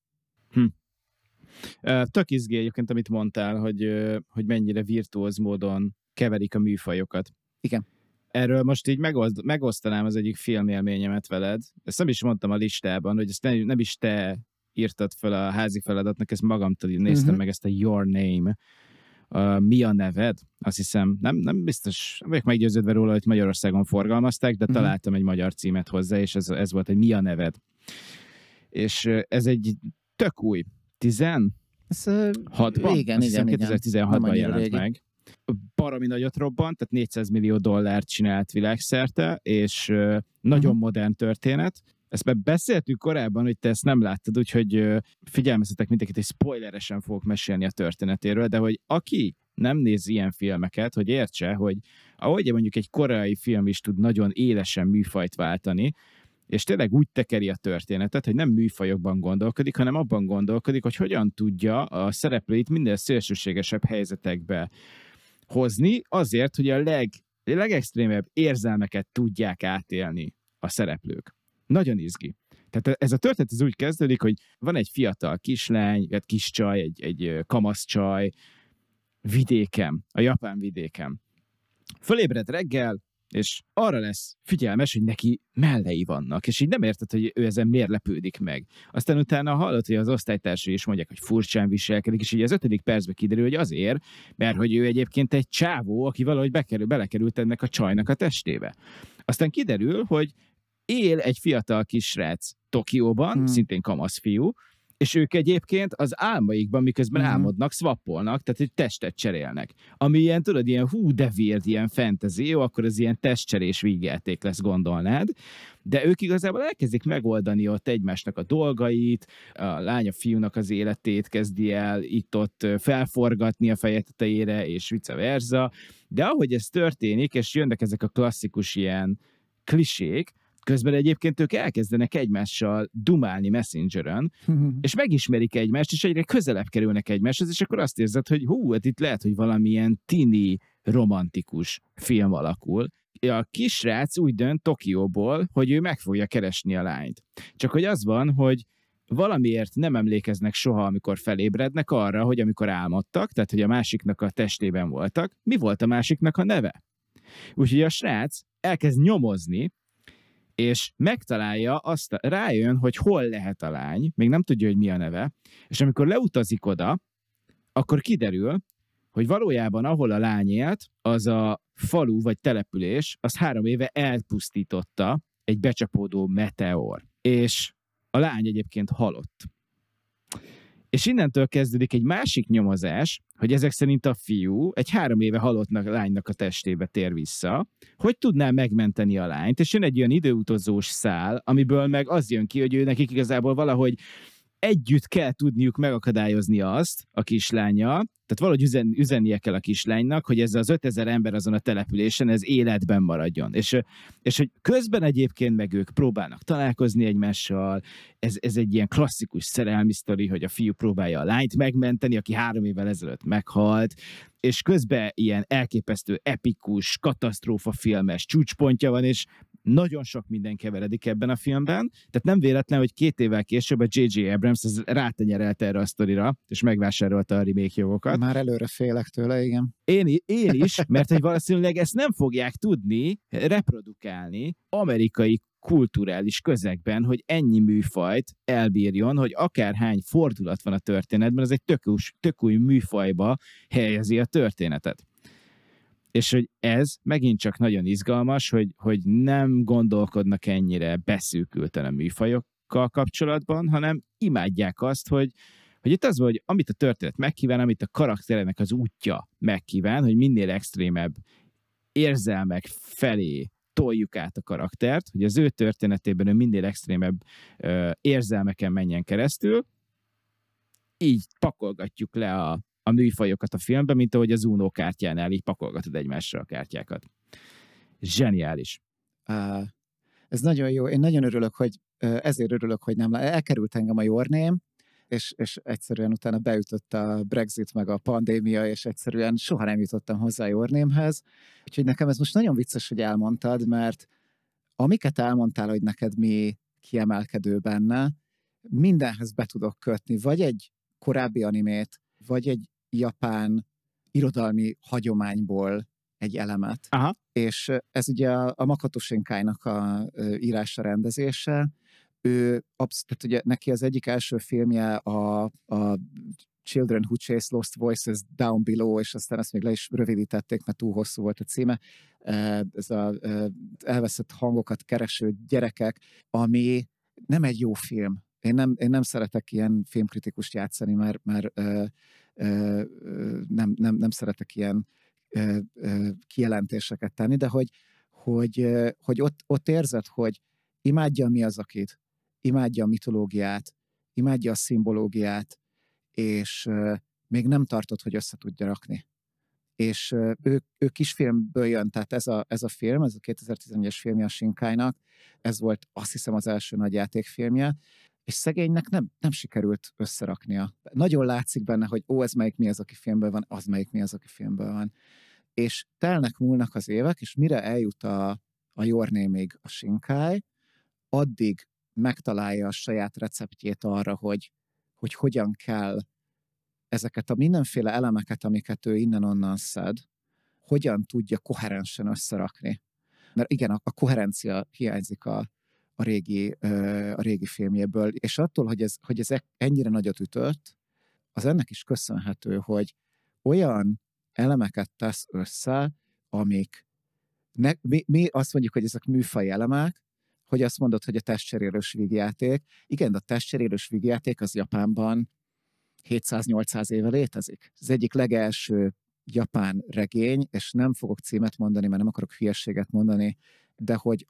Tök izgi egyébként, amit mondtál, hogy mennyire virtuóz módon keverik a műfajokat. Igen. Erről most így megosztanám az egyik filmélményemet veled. Ezt nem is mondtam a listában, hogy ezt nem is te írtad fel a házi feladatnak, ezt magamtól néztem meg, ezt a Your Name. Mi a neved? Azt hiszem, nem biztos, vagyok meggyőződve róla, hogy Magyarországon forgalmazták, de találtam egy magyar címet hozzá, és ez volt, hogy Mi a neved? És ez egy tök új, 16-ban? Igen, 2016-ban jelent meg. Baromi nagyot robbant, tehát 400 millió dollárt csinált világszerte, és nagyon modern történet. Ezt már beszéltünk korábban, hogy te ezt nem láttad, úgyhogy figyelmeztetek mindenkit, hogy spoileresen fogok mesélni a történetéről, de hogy aki nem néz ilyen filmeket, hogy értse, hogy ahogy mondjuk egy koreai film is tud nagyon élesen műfajt váltani, és tényleg úgy tekeri a történetet, hogy nem műfajokban gondolkodik, hanem abban gondolkodik, hogy hogyan tudja a szereplőit minden szélsőségesebb helyzetekbe hozni, azért, hogy a legextrémebb érzelmeket tudják átélni a szereplők. Nagyon izgi. Tehát ez a történet ez úgy kezdődik, hogy van egy fiatal kislány, egy kis csaj, egy kamasz csaj vidéken, a japán vidéken. Fölébred reggel, és arra lesz figyelmes, hogy neki mellei vannak, és így nem érted, hogy ő ezen miért lepődik meg. Aztán utána hallott, hogy az osztálytársai is mondják, hogy furcsán viselkedik, és így az 5. percben kiderül, hogy azért, mert hogy ő egyébként egy csávó, aki valahogy belekerült ennek a csajnak a testébe. Aztán kiderül, hogy él egy fiatal kisrác Tokióban, szintén kamasz fiú, és ők egyébként az álmaikban, miközben álmodnak, swappolnak, tehát egy testet cserélnek. Ami ilyen, tudod, ilyen de weird, ilyen fantasy, jó, akkor az ilyen testcserés vígjáték lesz, gondolnád. De ők igazából elkezdik megoldani ott egymásnak a dolgait, a lány a fiúnak az életét kezdi el itt-ott felforgatni a feje tetejére, és vice versa. De ahogy ez történik, és jönnek ezek a klasszikus ilyen klisék, közben egyébként ők elkezdenek egymással dumálni Messengeren, és megismerik egymást, és egyre közelebb kerülnek egymáshoz, és akkor azt érzed, hogy hát itt lehet, hogy valamilyen tini, romantikus film alakul. A kisrác úgy dönt Tokióból, hogy ő meg fogja keresni a lányt. Csak hogy az van, hogy valamiért nem emlékeznek soha, amikor felébrednek arra, hogy amikor álmodtak, tehát hogy a másiknak a testében voltak, mi volt a másiknak a neve? Úgyhogy a srác elkezd nyomozni, és megtalálja, rájön, hogy hol lehet a lány, még nem tudja, hogy mi a neve, és amikor leutazik oda, akkor kiderül, hogy valójában ahol a lány élt, az a falu vagy település, az 3 éve elpusztította egy becsapódó meteor. És a lány egyébként halott. És innentől kezdődik egy másik nyomozás, hogy ezek szerint a fiú egy 3 éve halottnak lánynak a testébe tér vissza, hogy tudná megmenteni a lányt, és jön egy olyan időutazós szál, amiből meg az jön ki, hogy ő nekik igazából valahogy együtt kell tudniuk megakadályozni azt a kislánnyal, tehát valahogy üzennie kell a kislánynak, hogy ez az 5000 ember azon a településen, ez életben maradjon. És hogy közben egyébként meg ők próbálnak találkozni egymással, ez egy ilyen klasszikus szerelmi sztori, hogy a fiú próbálja a lányt megmenteni, aki 3 évvel ezelőtt meghalt, és közben ilyen elképesztő, epikus, katasztrófafilmes csúcspontja van, és nagyon sok minden keveredik ebben a filmben, tehát nem véletlen, hogy 2 évvel később a J.J. Abrams rátenyerelte erre a sztorira, és megvásárolta a remake jogokat. Már előre félek tőle, igen. Én is, mert hogy valószínűleg ezt nem fogják tudni reprodukálni amerikai kulturális közegben, hogy ennyi műfajt elbírjon, hogy akárhány fordulat van a történetben, az egy tök új műfajba helyezi a történetet. És hogy ez megint csak nagyon izgalmas, hogy nem gondolkodnak ennyire beszűkülten a műfajokkal kapcsolatban, hanem imádják azt, hogy itt az van, hogy amit a történet megkíván, amit a karakterének az útja megkíván, hogy minél extrémebb érzelmek felé toljuk át a karaktert, hogy az ő történetében ő minél extrémebb érzelmeken menjen keresztül, így pakolgatjuk le a műfajokat a filmben, mint ahogy az Uno kártyánál így pakolgatod egymásra a kártyákat. Zseniális. Ez nagyon jó. Én nagyon örülök, hogy ezért örülök, hogy nem elkerült engem a Your Name, és egyszerűen utána beütött a Brexit meg a pandémia, és egyszerűen soha nem jutottam hozzá a Your Name-hez. Úgyhogy nekem ez most nagyon vicces, hogy elmondtad, mert amiket elmondtál, hogy neked mi kiemelkedő benne, mindenhez be tudok kötni. Vagy egy korábbi animét, vagy egy japán irodalmi hagyományból egy elemet. Aha. És ez ugye a Makoto Shinkai-nak a írása, rendezése. Tehát ugye neki az egyik első filmje a Children Who Chase Lost Voices Down Below, és aztán ezt még le is rövidítették, mert túl hosszú volt a címe. Ez az elveszett hangokat kereső gyerekek, ami nem egy jó film. Én nem szeretek ilyen filmkritikust játszani, mert nem szeretek ilyen kijelentéseket tenni, de hogy ott érzed, hogy imádja a Miyazakit, imádja a mitológiát, imádja a szimbológiát, és még nem tartott, hogy össze tudja rakni. És ő kisfilmből jön, tehát ez a film, ez a 2011-es filmje a Shinkainak, ez volt azt hiszem az első nagy játékfilmje, és szegénynek nem sikerült összeraknia. Nagyon látszik benne, hogy ez melyik Miyazaki filmből van, az melyik Miyazaki filmből van. És múlnak az évek, és mire eljut a Your Name-ig a Shinkai, addig megtalálja a saját receptjét arra, hogy hogyan kell ezeket a mindenféle elemeket, amiket ő innen-onnan szed, hogyan tudja koherensen összerakni. Mert igen, a koherencia hiányzik a régi filmjéből, és attól, hogy ez ennyire nagyot ütött, az ennek is köszönhető, hogy olyan elemeket tesz össze, amik mi azt mondjuk, hogy ezek műfaj elemek, hogy azt mondod, hogy a testcserélős vígjáték. Igen, de a testcserélős vígjáték az Japánban 700-800 éve létezik. Az egyik legelső japán regény, és nem fogok címet mondani, mert nem akarok hülyeséget mondani, de hogy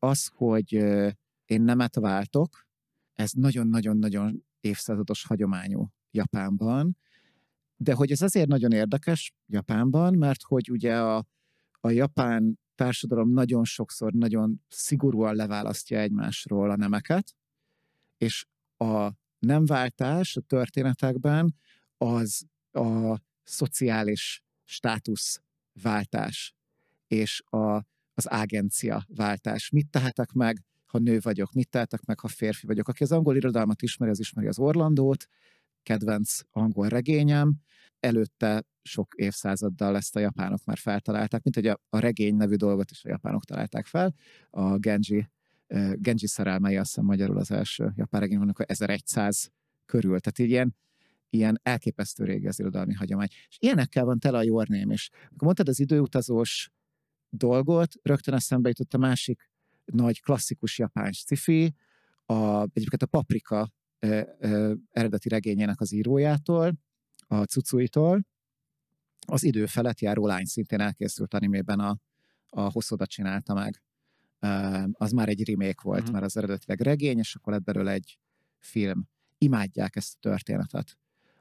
én nemet váltok, ez nagyon-nagyon-nagyon évszázados hagyományú Japánban, de hogy ez azért nagyon érdekes Japánban, mert hogy ugye a japán társadalom nagyon sokszor nagyon szigorúan leválasztja egymásról a nemeket, és a nemváltás a történetekben az a szociális státuszváltás és az ágencia váltás. Mit tehetek meg, ha nő vagyok? Mit tehetek meg, ha férfi vagyok? Aki az angol irodalmat ismeri, az ismeri az Orlandót, kedvenc angol regényem. Előtte sok évszázaddal ezt a japánok már feltalálták, mint hogy a regény nevű dolgot is a japánok találták fel. A Genji szerelmei, azt hiszem magyarul az első japán regény, amikor 1100 körül. Tehát ilyen elképesztő régi az irodalmi hagyomány. És ilyenekkel van tele a Your Name is. Akkor mondtad az időutazós dolgot, rögtön eszembe jutott a másik nagy klasszikus japán sci-fi, egyébként a Paprika eredeti regényének az írójától, a Tsutsui-tól. Az idő felett járó lány szintén elkészült animében a Hosoda csinálta meg. Az már egy remake volt, mert az eredetileg regény, és akkor lett belőle egy film. imádják ezt a történetet.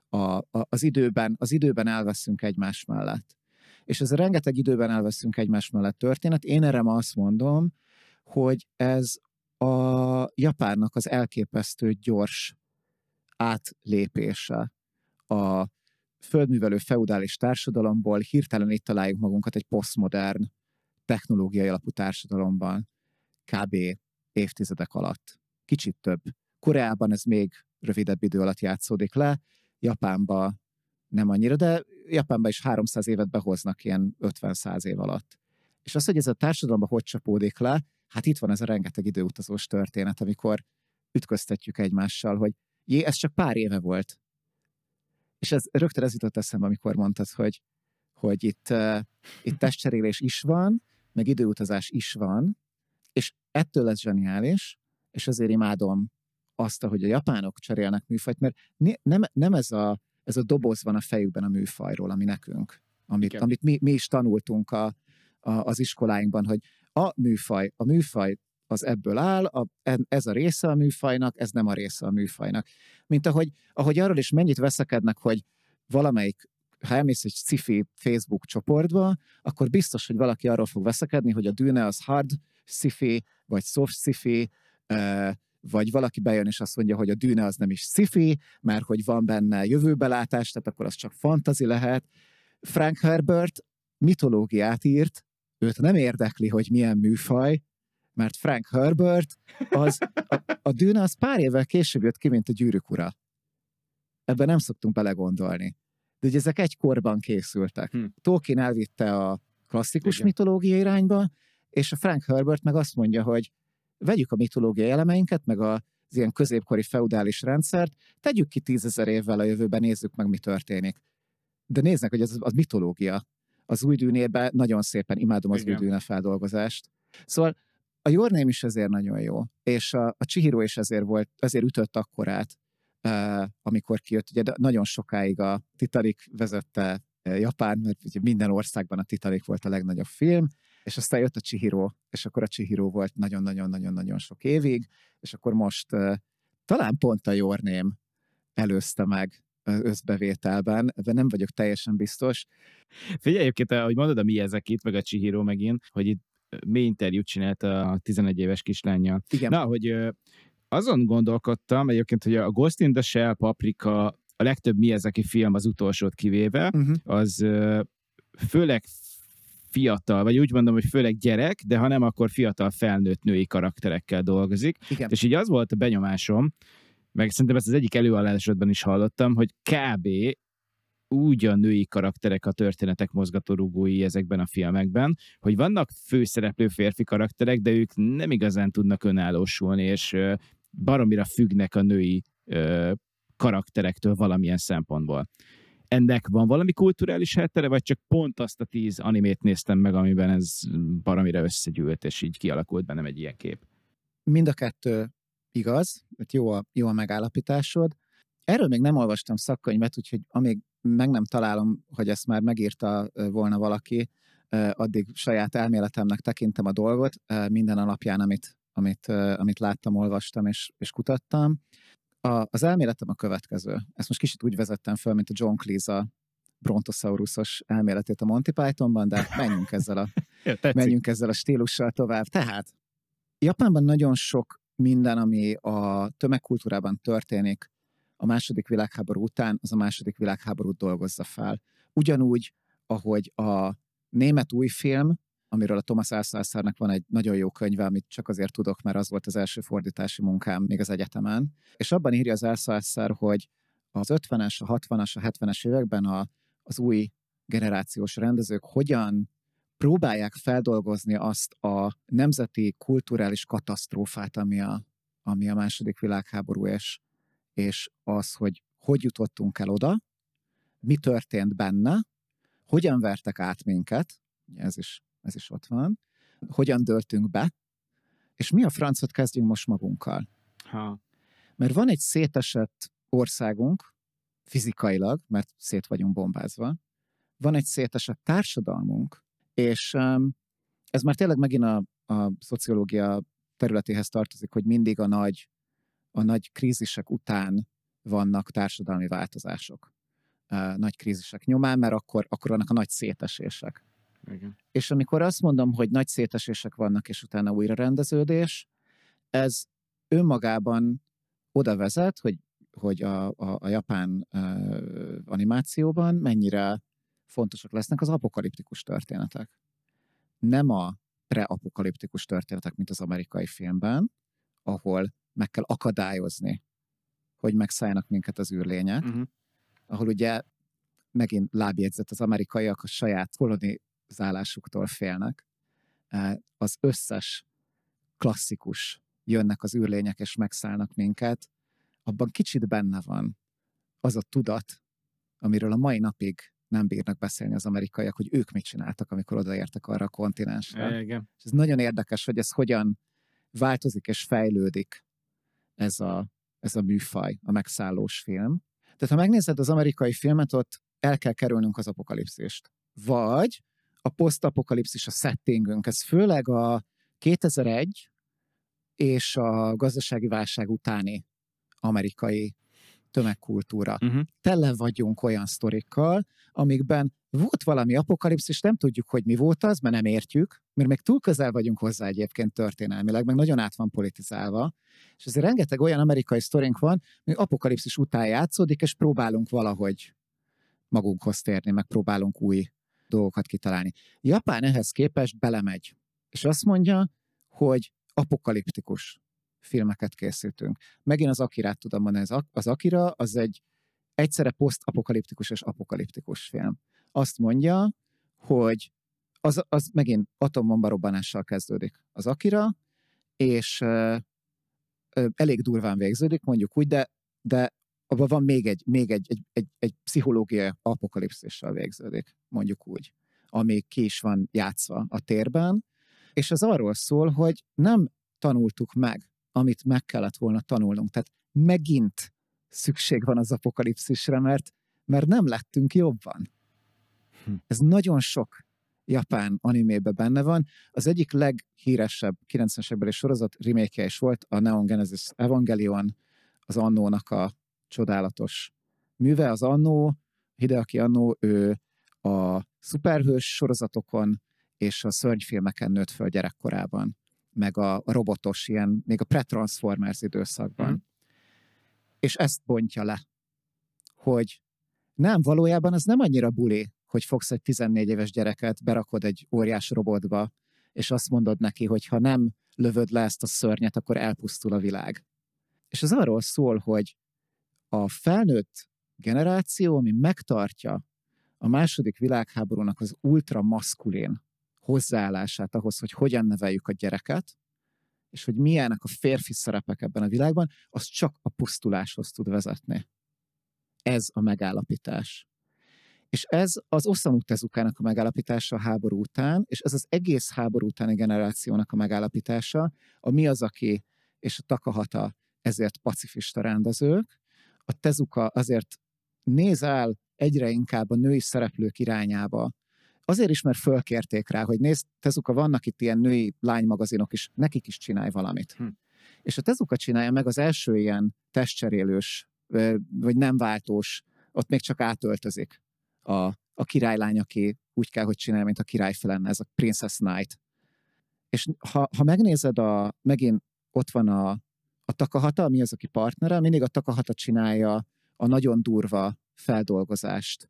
Az időben elveszünk egymás mellett. És ez a rengeteg időben elveszünk egymás mellett történet, én erre ma azt mondom, hogy ez a Japánnak az elképesztő gyors átlépése a földművelő feudális társadalomból, hirtelen itt találjuk magunkat egy posztmodern, technológiai alapú társadalomban, kb. Évtizedek alatt. Kicsit több. Koreában ez még rövidebb idő alatt játszódik le, Japánban nem annyira, de Japánban is 300 évet behoznak ilyen 50-100 év alatt. És az, hogy ez a társadalomban hogy csapódik le, hát itt van ez a rengeteg időutazós történet, amikor ütköztetjük egymással, hogy ez csak pár éve volt. És rögtön ez jutott eszembe, amikor mondtad, hogy itt testcserélés is van, meg időutazás is van, és ettől lesz zseniális, és azért imádom azt, hogy a japánok cserélnek műfajt, mert nem ez a doboz van a fejükben a műfajról, ami nekünk, amit mi is tanultunk az iskoláinkban, hogy a műfaj az ebből áll, ez a része a műfajnak, ez nem a része a műfajnak. Mint ahogy arról is mennyit veszekednek, hogy valamelyik, ha elmész egy sci-fi Facebook csoportba, akkor biztos, hogy valaki arról fog veszekedni, hogy a Dune az hard sci-fi, vagy soft sci-fi, vagy valaki bejön és azt mondja, hogy a Dune az nem is sci-fi, mert hogy van benne jövőbelátás, tehát akkor az csak fantasy lehet. Frank Herbert mitológiát írt, őt nem érdekli, hogy milyen műfaj, mert Frank Herbert, a Dune az pár évvel később jött ki, mint a Gyűrűk ura. Ebben nem szoktunk belegondolni. De ugye ezek egy korban készültek. Tolkien elvitte a klasszikus mitológia irányba, és a Frank Herbert meg azt mondja, hogy vegyük a mitológiai elemeinket, meg az ilyen középkori feudális rendszert, tegyük ki 10 000 évvel a jövőben, nézzük meg, mi történik. De néznek, hogy az mitológia. Az új Dűnében nagyon szépen imádom az új Dűne feldolgozást. Szóval a Your Name is ezért nagyon jó, és a Chihiro is ezért ütött akkorát, amikor kijött. Ugye nagyon sokáig a Titanic vezette Japán, mert ugye minden országban a Titanic volt a legnagyobb film, és aztán jött a Chihiro, és akkor a Chihiro volt nagyon-nagyon-nagyon-nagyon sok évig, és akkor most talán pont a Your Name előzte meg összbevételben, ebben nem vagyok teljesen biztos. Figyelj, egyébként, ahogy mondod, a Miyazakit, meg a Chihiro megint, hogy itt mély interjút csinált a 11 éves kislánnyal. Igen. Na, hogy azon gondolkodtam egyébként, hogy a Ghost in the Shell, Paprika, a legtöbb Miyazaki film az utolsót kivéve, az főleg fiatal, vagy úgy mondom, hogy főleg gyerek, de ha nem, akkor fiatal felnőtt női karakterekkel dolgozik. Igen. És így az volt a benyomásom, meg szerintem ezt az egyik előadásodban is hallottam, hogy kb. Úgy a női karakterek, a történetek mozgatórugói ezekben a filmekben, hogy vannak főszereplő férfi karakterek, de ők nem igazán tudnak önállósulni, és baromira függnek a női karakterektől valamilyen szempontból. Ennek van valami kulturális háttere, vagy csak pont azt a 10 animét néztem meg, amiben ez baromira összegyűlt, és így kialakult bennem egy ilyen kép? Mind a kettő igaz, jó a megállapításod. Erről még nem olvastam szakkönyvet, úgyhogy amíg meg nem találom, hogy ezt már megírta volna valaki, addig saját elméletemnek tekintem a dolgot, minden alapján, amit láttam, olvastam és kutattam. Az elméletem a következő. Ezt most kicsit úgy vezettem föl, mint a John Cleese a Brontosaurus-os elméletét a Monty Pythonban, de menjünk ezzel a stílussal tovább. Tehát Japánban nagyon sok minden, ami a tömegkultúrában történik a második világháború után, az a második világháborút dolgozza fel. Ugyanúgy, ahogy a német új film, amiről a Thomas Alszárnak van egy nagyon jó könyve, amit csak azért tudok, mert az volt az első fordítási munkám még az egyetemen, és abban írja az Alszár, hogy az 50-es, a 60-as, a 70-es években az új generációs rendezők hogyan próbálják feldolgozni azt a nemzeti kulturális katasztrófát, ami a második világháború, és az, hogy jutottunk el oda, mi történt benne, hogyan vertek át minket, ez is ott van, hogyan döltünk be, és mi a francot kezdjünk most magunkkal. Mert van egy szétesett országunk, fizikailag, mert szét vagyunk bombázva, van egy szétesett társadalmunk, és ez már tényleg megint a szociológia területéhez tartozik, hogy mindig a nagy krízisek után vannak társadalmi változások nagy krízisek nyomán, mert akkor vannak a nagy szétesések. Igen. És amikor azt mondom, hogy nagy szétesések vannak, és utána újrarendeződés, ez önmagában oda vezet, hogy a japán animációban mennyire fontosak lesznek az apokaliptikus történetek. Nem a preapokaliptikus történetek, mint az amerikai filmben, ahol meg kell akadályozni, hogy megszálljanak minket az űrlények, ahol ugye megint lábjegyzet, az amerikaiak a saját kolonizálásuktól félnek. Az összes klasszikus jönnek az űrlények és megszállnak minket, abban kicsit benne van az a tudat, amiről a mai napig nem bírnak beszélni az amerikaiak, hogy ők mit csináltak, amikor odaértek arra a kontinensre. Igen. És ez nagyon érdekes, hogy ez hogyan változik és fejlődik ez a műfaj, a megszállós film. Tehát ha megnézed az amerikai filmet, ott el kell kerülnünk az apokalipszist. Vagy a posztapokalipszis a settingünk. Ez főleg a 2001 és a gazdasági válság utáni amerikai tömegkultúra. Tele vagyunk olyan sztorikkal, amikben volt valami apokalipszis, nem tudjuk, hogy mi volt az, mert nem értjük, mert még túl közel vagyunk hozzá egyébként történelmileg, meg nagyon át van politizálva, és ezért rengeteg olyan amerikai sztorink van, ami apokalipszis után játszódik, és próbálunk valahogy magunkhoz térni, meg próbálunk új dolgokat kitalálni. Japán ehhez képest belemegy, és azt mondja, hogy apokaliptikus filmeket készítünk. Megint az Akirát tudom mondani, az Akira az egy egyszerre posztapokaliptikus és apokaliptikus film. Azt mondja, hogy az megint atombombarobbanással kezdődik az Akira, és elég durván végződik, mondjuk úgy, de abban van még egy pszichológiai apokalipszissal végződik, mondjuk úgy, ami ki is van játszva a térben, és ez arról szól, hogy nem tanultuk meg, amit meg kellett volna tanulnunk. Tehát megint szükség van az apokalipszisre, mert nem lettünk jobban. Ez nagyon sok japán animében benne van. Az egyik leghíresebb 90-es évekbeli sorozat remake-je is volt, a Neon Genesis Evangelion, az Annónak a csodálatos műve. Az Annó, Hideaki Annó, ő a szuperhős sorozatokon és a szörnyfilmeken nőtt föl gyerekkorában, meg a robotos ilyen, még a pre-Transformers időszakban. És ezt bontja le, hogy nem, valójában az nem annyira buli, hogy fogsz egy 14 éves gyereket, berakod egy óriás robotba, és azt mondod neki, hogy ha nem lövöd le ezt a szörnyet, akkor elpusztul a világ. És ez arról szól, hogy a felnőtt generáció, ami megtartja a második világháborúnak az ultramaszkulin hozzáállását ahhoz, hogy hogyan neveljük a gyereket, és hogy milyenek a férfi szerepek ebben a világban, az csak a pusztuláshoz tud vezetni. Ez a megállapítás. És ez az Osamu Tezukának a megállapítása a háború után, és ez az egész háború utáni generációnak a megállapítása, a Miyazaki és a Takahata ezért pacifista rendezők, a Tezuka azért néz el egyre inkább a női szereplők irányába, azért is, mert fölkérték rá, hogy nézd, Tezuka, vannak itt ilyen női lánymagazinok is, nekik is csinálj valamit. És a Tezuka csinálja meg az első ilyen testcserélős, vagy nem váltós, ott még csak átöltözik a királylány, aki úgy kell, hogy csinálja, mint a királyfi lenne, ez a Princess Knight. És ha megnézed, megint ott van a Takahata, ami az, aki partnere, mindig a Takahata csinálja a nagyon durva feldolgozást.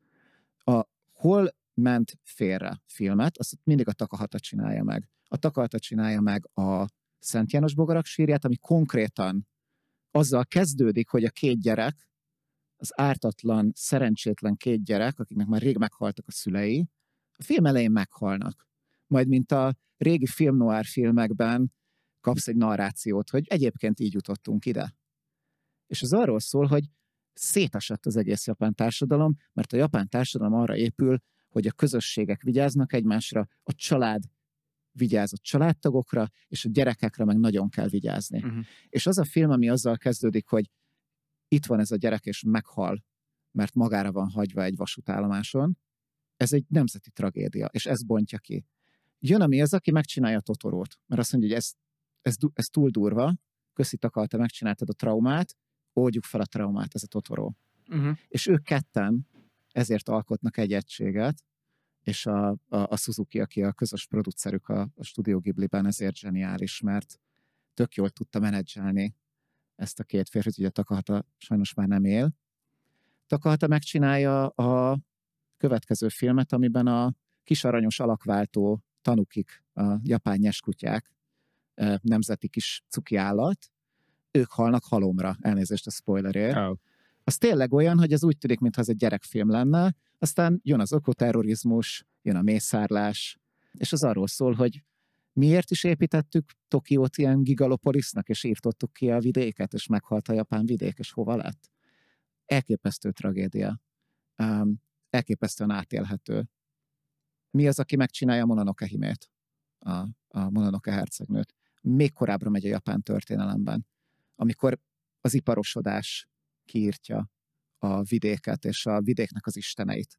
Hol ment félre filmet, azt mindig a Takahata csinálja meg. A Takahata csinálja meg a Szent János bogarak sírját, ami konkrétan azzal kezdődik, hogy a két gyerek, az ártatlan, szerencsétlen két gyerek, akiknek már rég meghaltak a szülei, a film elején meghalnak. Majd, mint a régi film noir filmekben kapsz egy narrációt, hogy egyébként így jutottunk ide. És az arról szól, hogy szétesett az egész japán társadalom, mert a japán társadalom arra épül, hogy a közösségek vigyáznak egymásra, a család vigyáz a családtagokra, és a gyerekekre meg nagyon kell vigyázni. És az a film, ami azzal kezdődik, hogy itt van ez a gyerek, és meghal, mert magára van hagyva egy vasútállomáson, ez egy nemzeti tragédia, és ez bontja ki. Jön a Miyazaki, megcsinálja a Totorót, mert azt mondja, hogy ez túl durva, köszi Takahata, megcsináltad a traumát, oldjuk fel a traumát, ez a Totoro. És ők ketten ezért alkotnak egy egységet, és a Suzuki, aki a közös producerük a Studio Ghibli-ben, ezért zseniális, mert tök jól tudta menedzselni ezt a két férfit, ugye Takahata sajnos már nem él. Takahata megcsinálja a következő filmet, amiben a kis aranyos alakváltó tanukik, a japán nyeskutyák, nemzeti kis cuki állat, ők halnak halomra, elnézést a spoilerért. Oh. Az tényleg olyan, hogy ez úgy tűnik, mintha ez egy gyerekfilm lenne, aztán jön az ökoterrorizmus, jön a mészárlás, és az arról szól, hogy miért is építettük Tokiót ilyen gigalopolisnak, és írtottuk ki a vidéket, és meghalt a japán vidék, és hova lett? Elképesztő tragédia. Elképesztően átélhető. Mi az, aki megcsinálja Mononoke himét? A Mononoke hercegnőt. Még korábbra megy a japán történelemben, amikor az iparosodás kiírtja a vidéket, és a vidéknek az isteneit.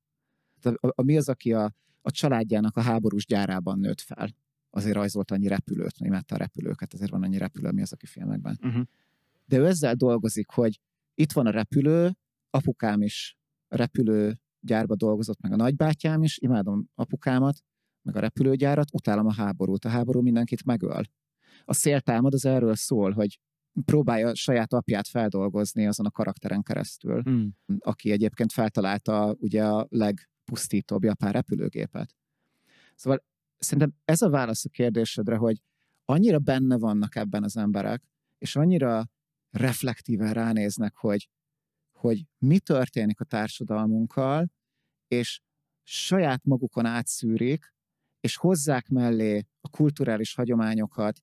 Mi az, aki a családjának a háborús gyárában nőtt fel? Azért rajzolt annyi repülőt, imádta a repülőket, ezért van annyi repülő mi az, aki filmekben. De ő ezzel dolgozik, hogy itt van a repülő, apukám is repülőgyárba dolgozott, meg a nagybátyám is, imádom apukámat, meg a repülőgyárat, utálom a háborút. A háború mindenkit megöl. A széltámad az erről szól, hogy próbálja saját apját feldolgozni azon a karakteren keresztül, aki egyébként feltalálta ugye a legpusztítóbb japán repülőgépet. Szóval szerintem ez a válasz a kérdésedre, hogy annyira benne vannak ebben az emberek, és annyira reflektíven ránéznek, hogy mi történik a társadalmunkkal, és saját magukon átszűrik, és hozzák mellé a kulturális hagyományokat,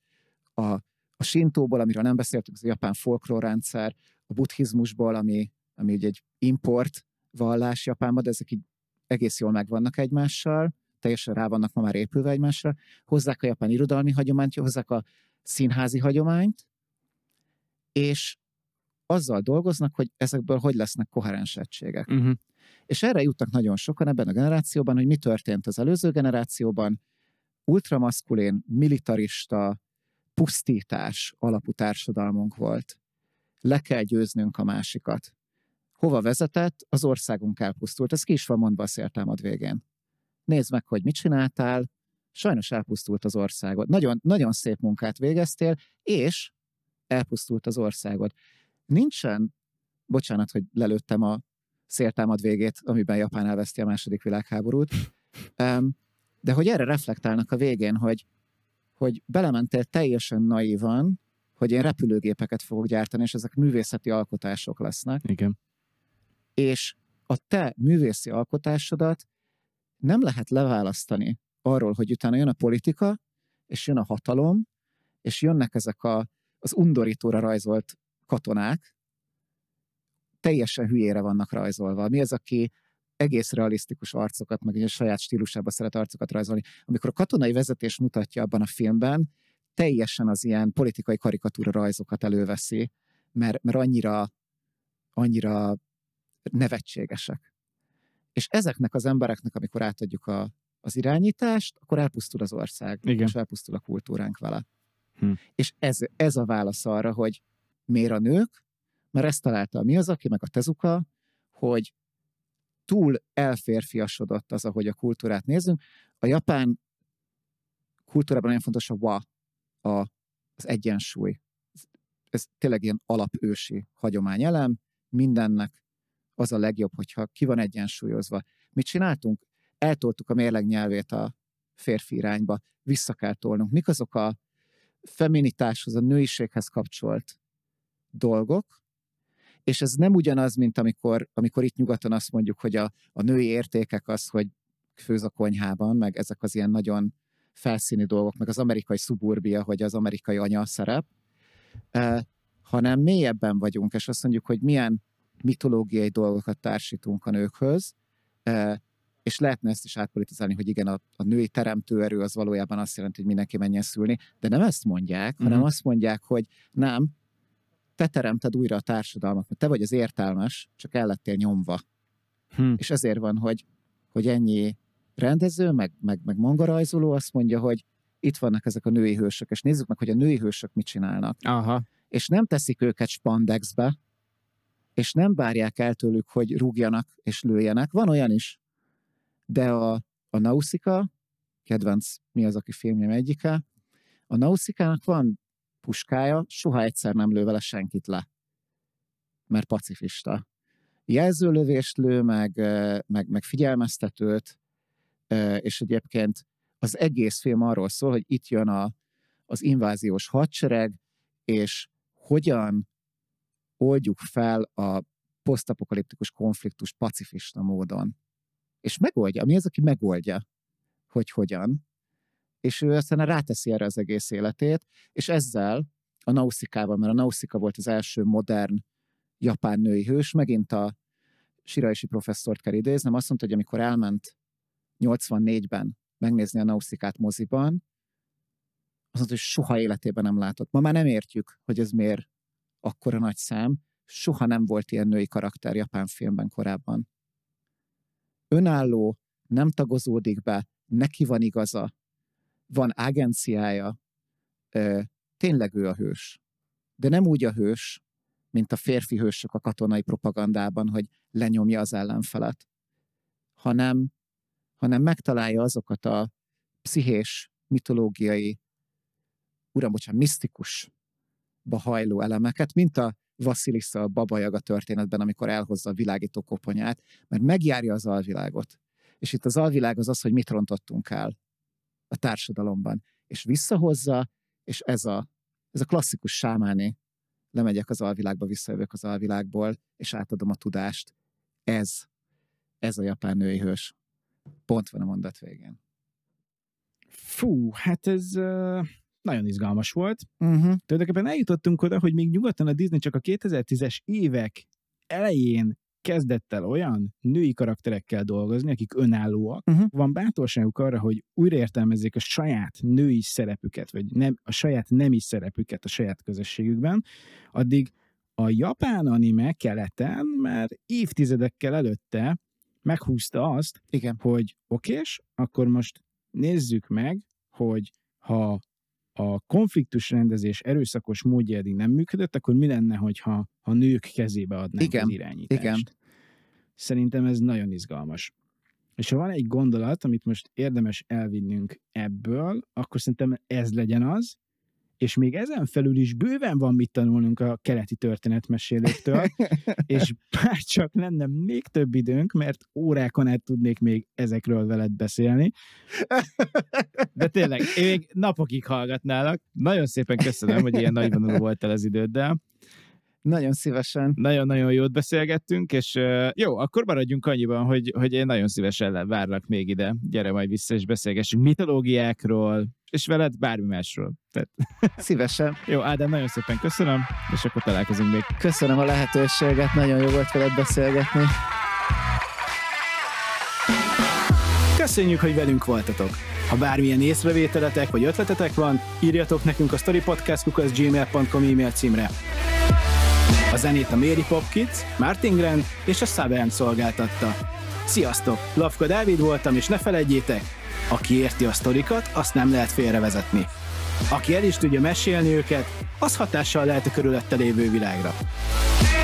a sintóból, amiről nem beszéltünk, az a japán folklórrendszer, a buddhizmusból, ami ugye egy import vallás Japánban, de ezek így egész jól megvannak egymással, teljesen rá vannak ma már épülve egymásra, hozzák a japán irodalmi hagyományt, hozzák a színházi hagyományt, és azzal dolgoznak, hogy ezekből hogy lesznek koherens egységek. És erre jutnak nagyon sokan ebben a generációban, hogy mi történt az előző generációban, ultramaszkulin, militarista, pusztítás alapú társadalmunk volt. Le kell győznünk a másikat. Hova vezetett? Az országunk elpusztult. Ez ki is van mondva a széltámad végén. Nézd meg, hogy mit csináltál, sajnos elpusztult az országod. Nagyon, nagyon szép munkát végeztél, és elpusztult az országod. Nincsen, bocsánat, hogy lelőttem a széltámad végét, amiben Japán elveszti a második világháborút, de hogy erre reflektálnak a végén, hogy belementél teljesen naívan, hogy én repülőgépeket fogok gyártani, és ezek művészeti alkotások lesznek. Igen. És a te művészi alkotásodat nem lehet leválasztani arról, hogy utána jön a politika, és jön a hatalom, és jönnek ezek az undorítóra rajzolt katonák, teljesen hülyére vannak rajzolva. Mi az, aki egész realisztikus arcokat, meg egy saját stílusában szeret arcokat rajzolni. Amikor a katonai vezetés mutatja abban a filmben, teljesen az ilyen politikai karikatúra rajzokat előveszi, mert annyira nevetségesek. És ezeknek az embereknek, amikor átadjuk az irányítást, akkor elpusztul az ország, igen, és elpusztul a kultúránk vele. És ez a válasz arra, hogy miért a nők, mert ezt találta a Miyazaki, meg a Tezuka, hogy túl elférfiasodott az, ahogy a kultúrát nézzünk. A japán kultúrában nagyon fontos a wa, az egyensúly. Ez tényleg ilyen alapősi hagyományelem, mindennek az a legjobb, hogyha ki van egyensúlyozva. Mit csináltunk? Eltoltuk a mérleg nyelvét a férfi irányba, vissza kell tolnunk. Mik azok a feminitáshoz, a nőiséghez kapcsolt dolgok, és ez nem ugyanaz, mint amikor itt nyugaton azt mondjuk, hogy a női értékek az, hogy főz a konyhában, meg ezek az ilyen nagyon felszíni dolgok, meg az amerikai szuburbia, hogy az amerikai anya szerep, hanem mélyebben vagyunk, és azt mondjuk, hogy milyen mitológiai dolgokat társítunk a nőkhöz, és lehetne ezt is átpolitizálni, hogy igen, a női teremtőerő az valójában azt jelenti, hogy mindenki menjen szülni, de nem ezt mondják, hanem azt mondják, hogy nem, te teremted újra a társadalmat, mert te vagy az értelmes, csak el lettél nyomva. És ezért van, hogy ennyi rendező, meg mangarajzoló azt mondja, hogy itt vannak ezek a női hősök, és nézzük meg, hogy a női hősök mit csinálnak. Aha. És nem teszik őket spandexbe, és nem várják el tőlük, hogy rúgjanak és lőjenek. Van olyan is, de a Nausicaa, kedvenc Mi az, aki filmjem egyike, a Nausicának van puskája, soha egyszer nem lő vele senkit le, mert pacifista. Jelzőlövést lő, meg figyelmeztetőt, és egyébként az egész film arról szól, hogy itt jön az inváziós hadsereg, és hogyan oldjuk fel a posztapokaliptikus konfliktust pacifista módon. És megoldja. Mi az, aki megoldja, hogy hogyan? És ő aztán ráteszi erre az egész életét, és ezzel a Nausicával, mert a Nausicaa volt az első modern japán női hős, megint a Shiraishi professzort kell idéznem, azt mondta, hogy amikor elment 84-ben megnézni a Nausicát moziban, azt mondta, hogy soha életében nem látott. Ma már nem értjük, hogy ez miért akkora nagy szám. Soha nem volt ilyen női karakter japán filmben korábban. Önálló, nem tagozódik be, neki van igaza, van agenciája, tényleg ő a hős. De nem úgy a hős, mint a férfi hősök a katonai propagandában, hogy lenyomja az ellenfelet, hanem megtalálja azokat a pszichés, mitológiai, misztikusba hajló elemeket, mint a Vasilisa a Baba Jaga történetben, amikor elhozza a világító koponyát, mert megjárja az alvilágot. És itt az alvilág az, hogy mit rontottunk el a társadalomban. És visszahozza, és ez a klasszikus sámáni, lemegyek az alvilágba, visszajövök az alvilágból, és átadom a tudást. Ez a japán női hős. Pont van a mondat végén. Fú, hát ez nagyon izgalmas volt. Tulajdonképpen eljutottunk oda, hogy még nyugodtan a Disney csak a 2010-es évek elején kezdett el olyan női karakterekkel dolgozni, akik önállóak. Van bátorságuk arra, hogy újraértelmezzék a saját női szerepüket, vagy a saját nemi szerepüket a saját közösségükben, addig a japán anime keleten már évtizedekkel előtte meghúzta azt, igen, hogy okés, akkor most nézzük meg, hogy ha a konfliktusrendezés erőszakos módja eddig nem működött, akkor mi lenne, hogyha a nők kezébe adnánk az irányítást. Igen. Szerintem ez nagyon izgalmas. És ha van egy gondolat, amit most érdemes elvinnünk ebből, akkor szerintem ez legyen az, és még ezen felül is bőven van mit tanulnunk a keleti történetmesélőktől, és bárcsak lenne még több időnk, mert órákon át tudnék még ezekről veled beszélni. De tényleg, én még napokig hallgatnálak. Nagyon szépen köszönöm, hogy ilyen nagyvonalú voltál az időddel. Nagyon szívesen. Nagyon-nagyon jót beszélgettünk, és jó, akkor maradjunk annyiban, hogy én nagyon szívesen várlak még ide. Gyere majd vissza, és beszélgessünk mitológiákról, és veled bármi másról. Tehát... Szívesen. Jó, Ádám, nagyon szépen köszönöm, és akkor találkozunk még. Köszönöm a lehetőséget, nagyon jó volt veled beszélgetni. Köszönjük, hogy velünk voltatok! Ha bármilyen észrevételetek vagy ötletetek van, írjatok nekünk a storypodcast@gmail.com e-mail címre. A zenét a Mary Pop Kids, Martin Grant és a Subend szolgáltatta. Sziasztok! Lavka Dávid voltam, és ne feledjétek, aki érti a sztorikat, azt nem lehet félrevezetni. Aki el is tudja mesélni őket, az hatással lehet a körülötte lévő világra.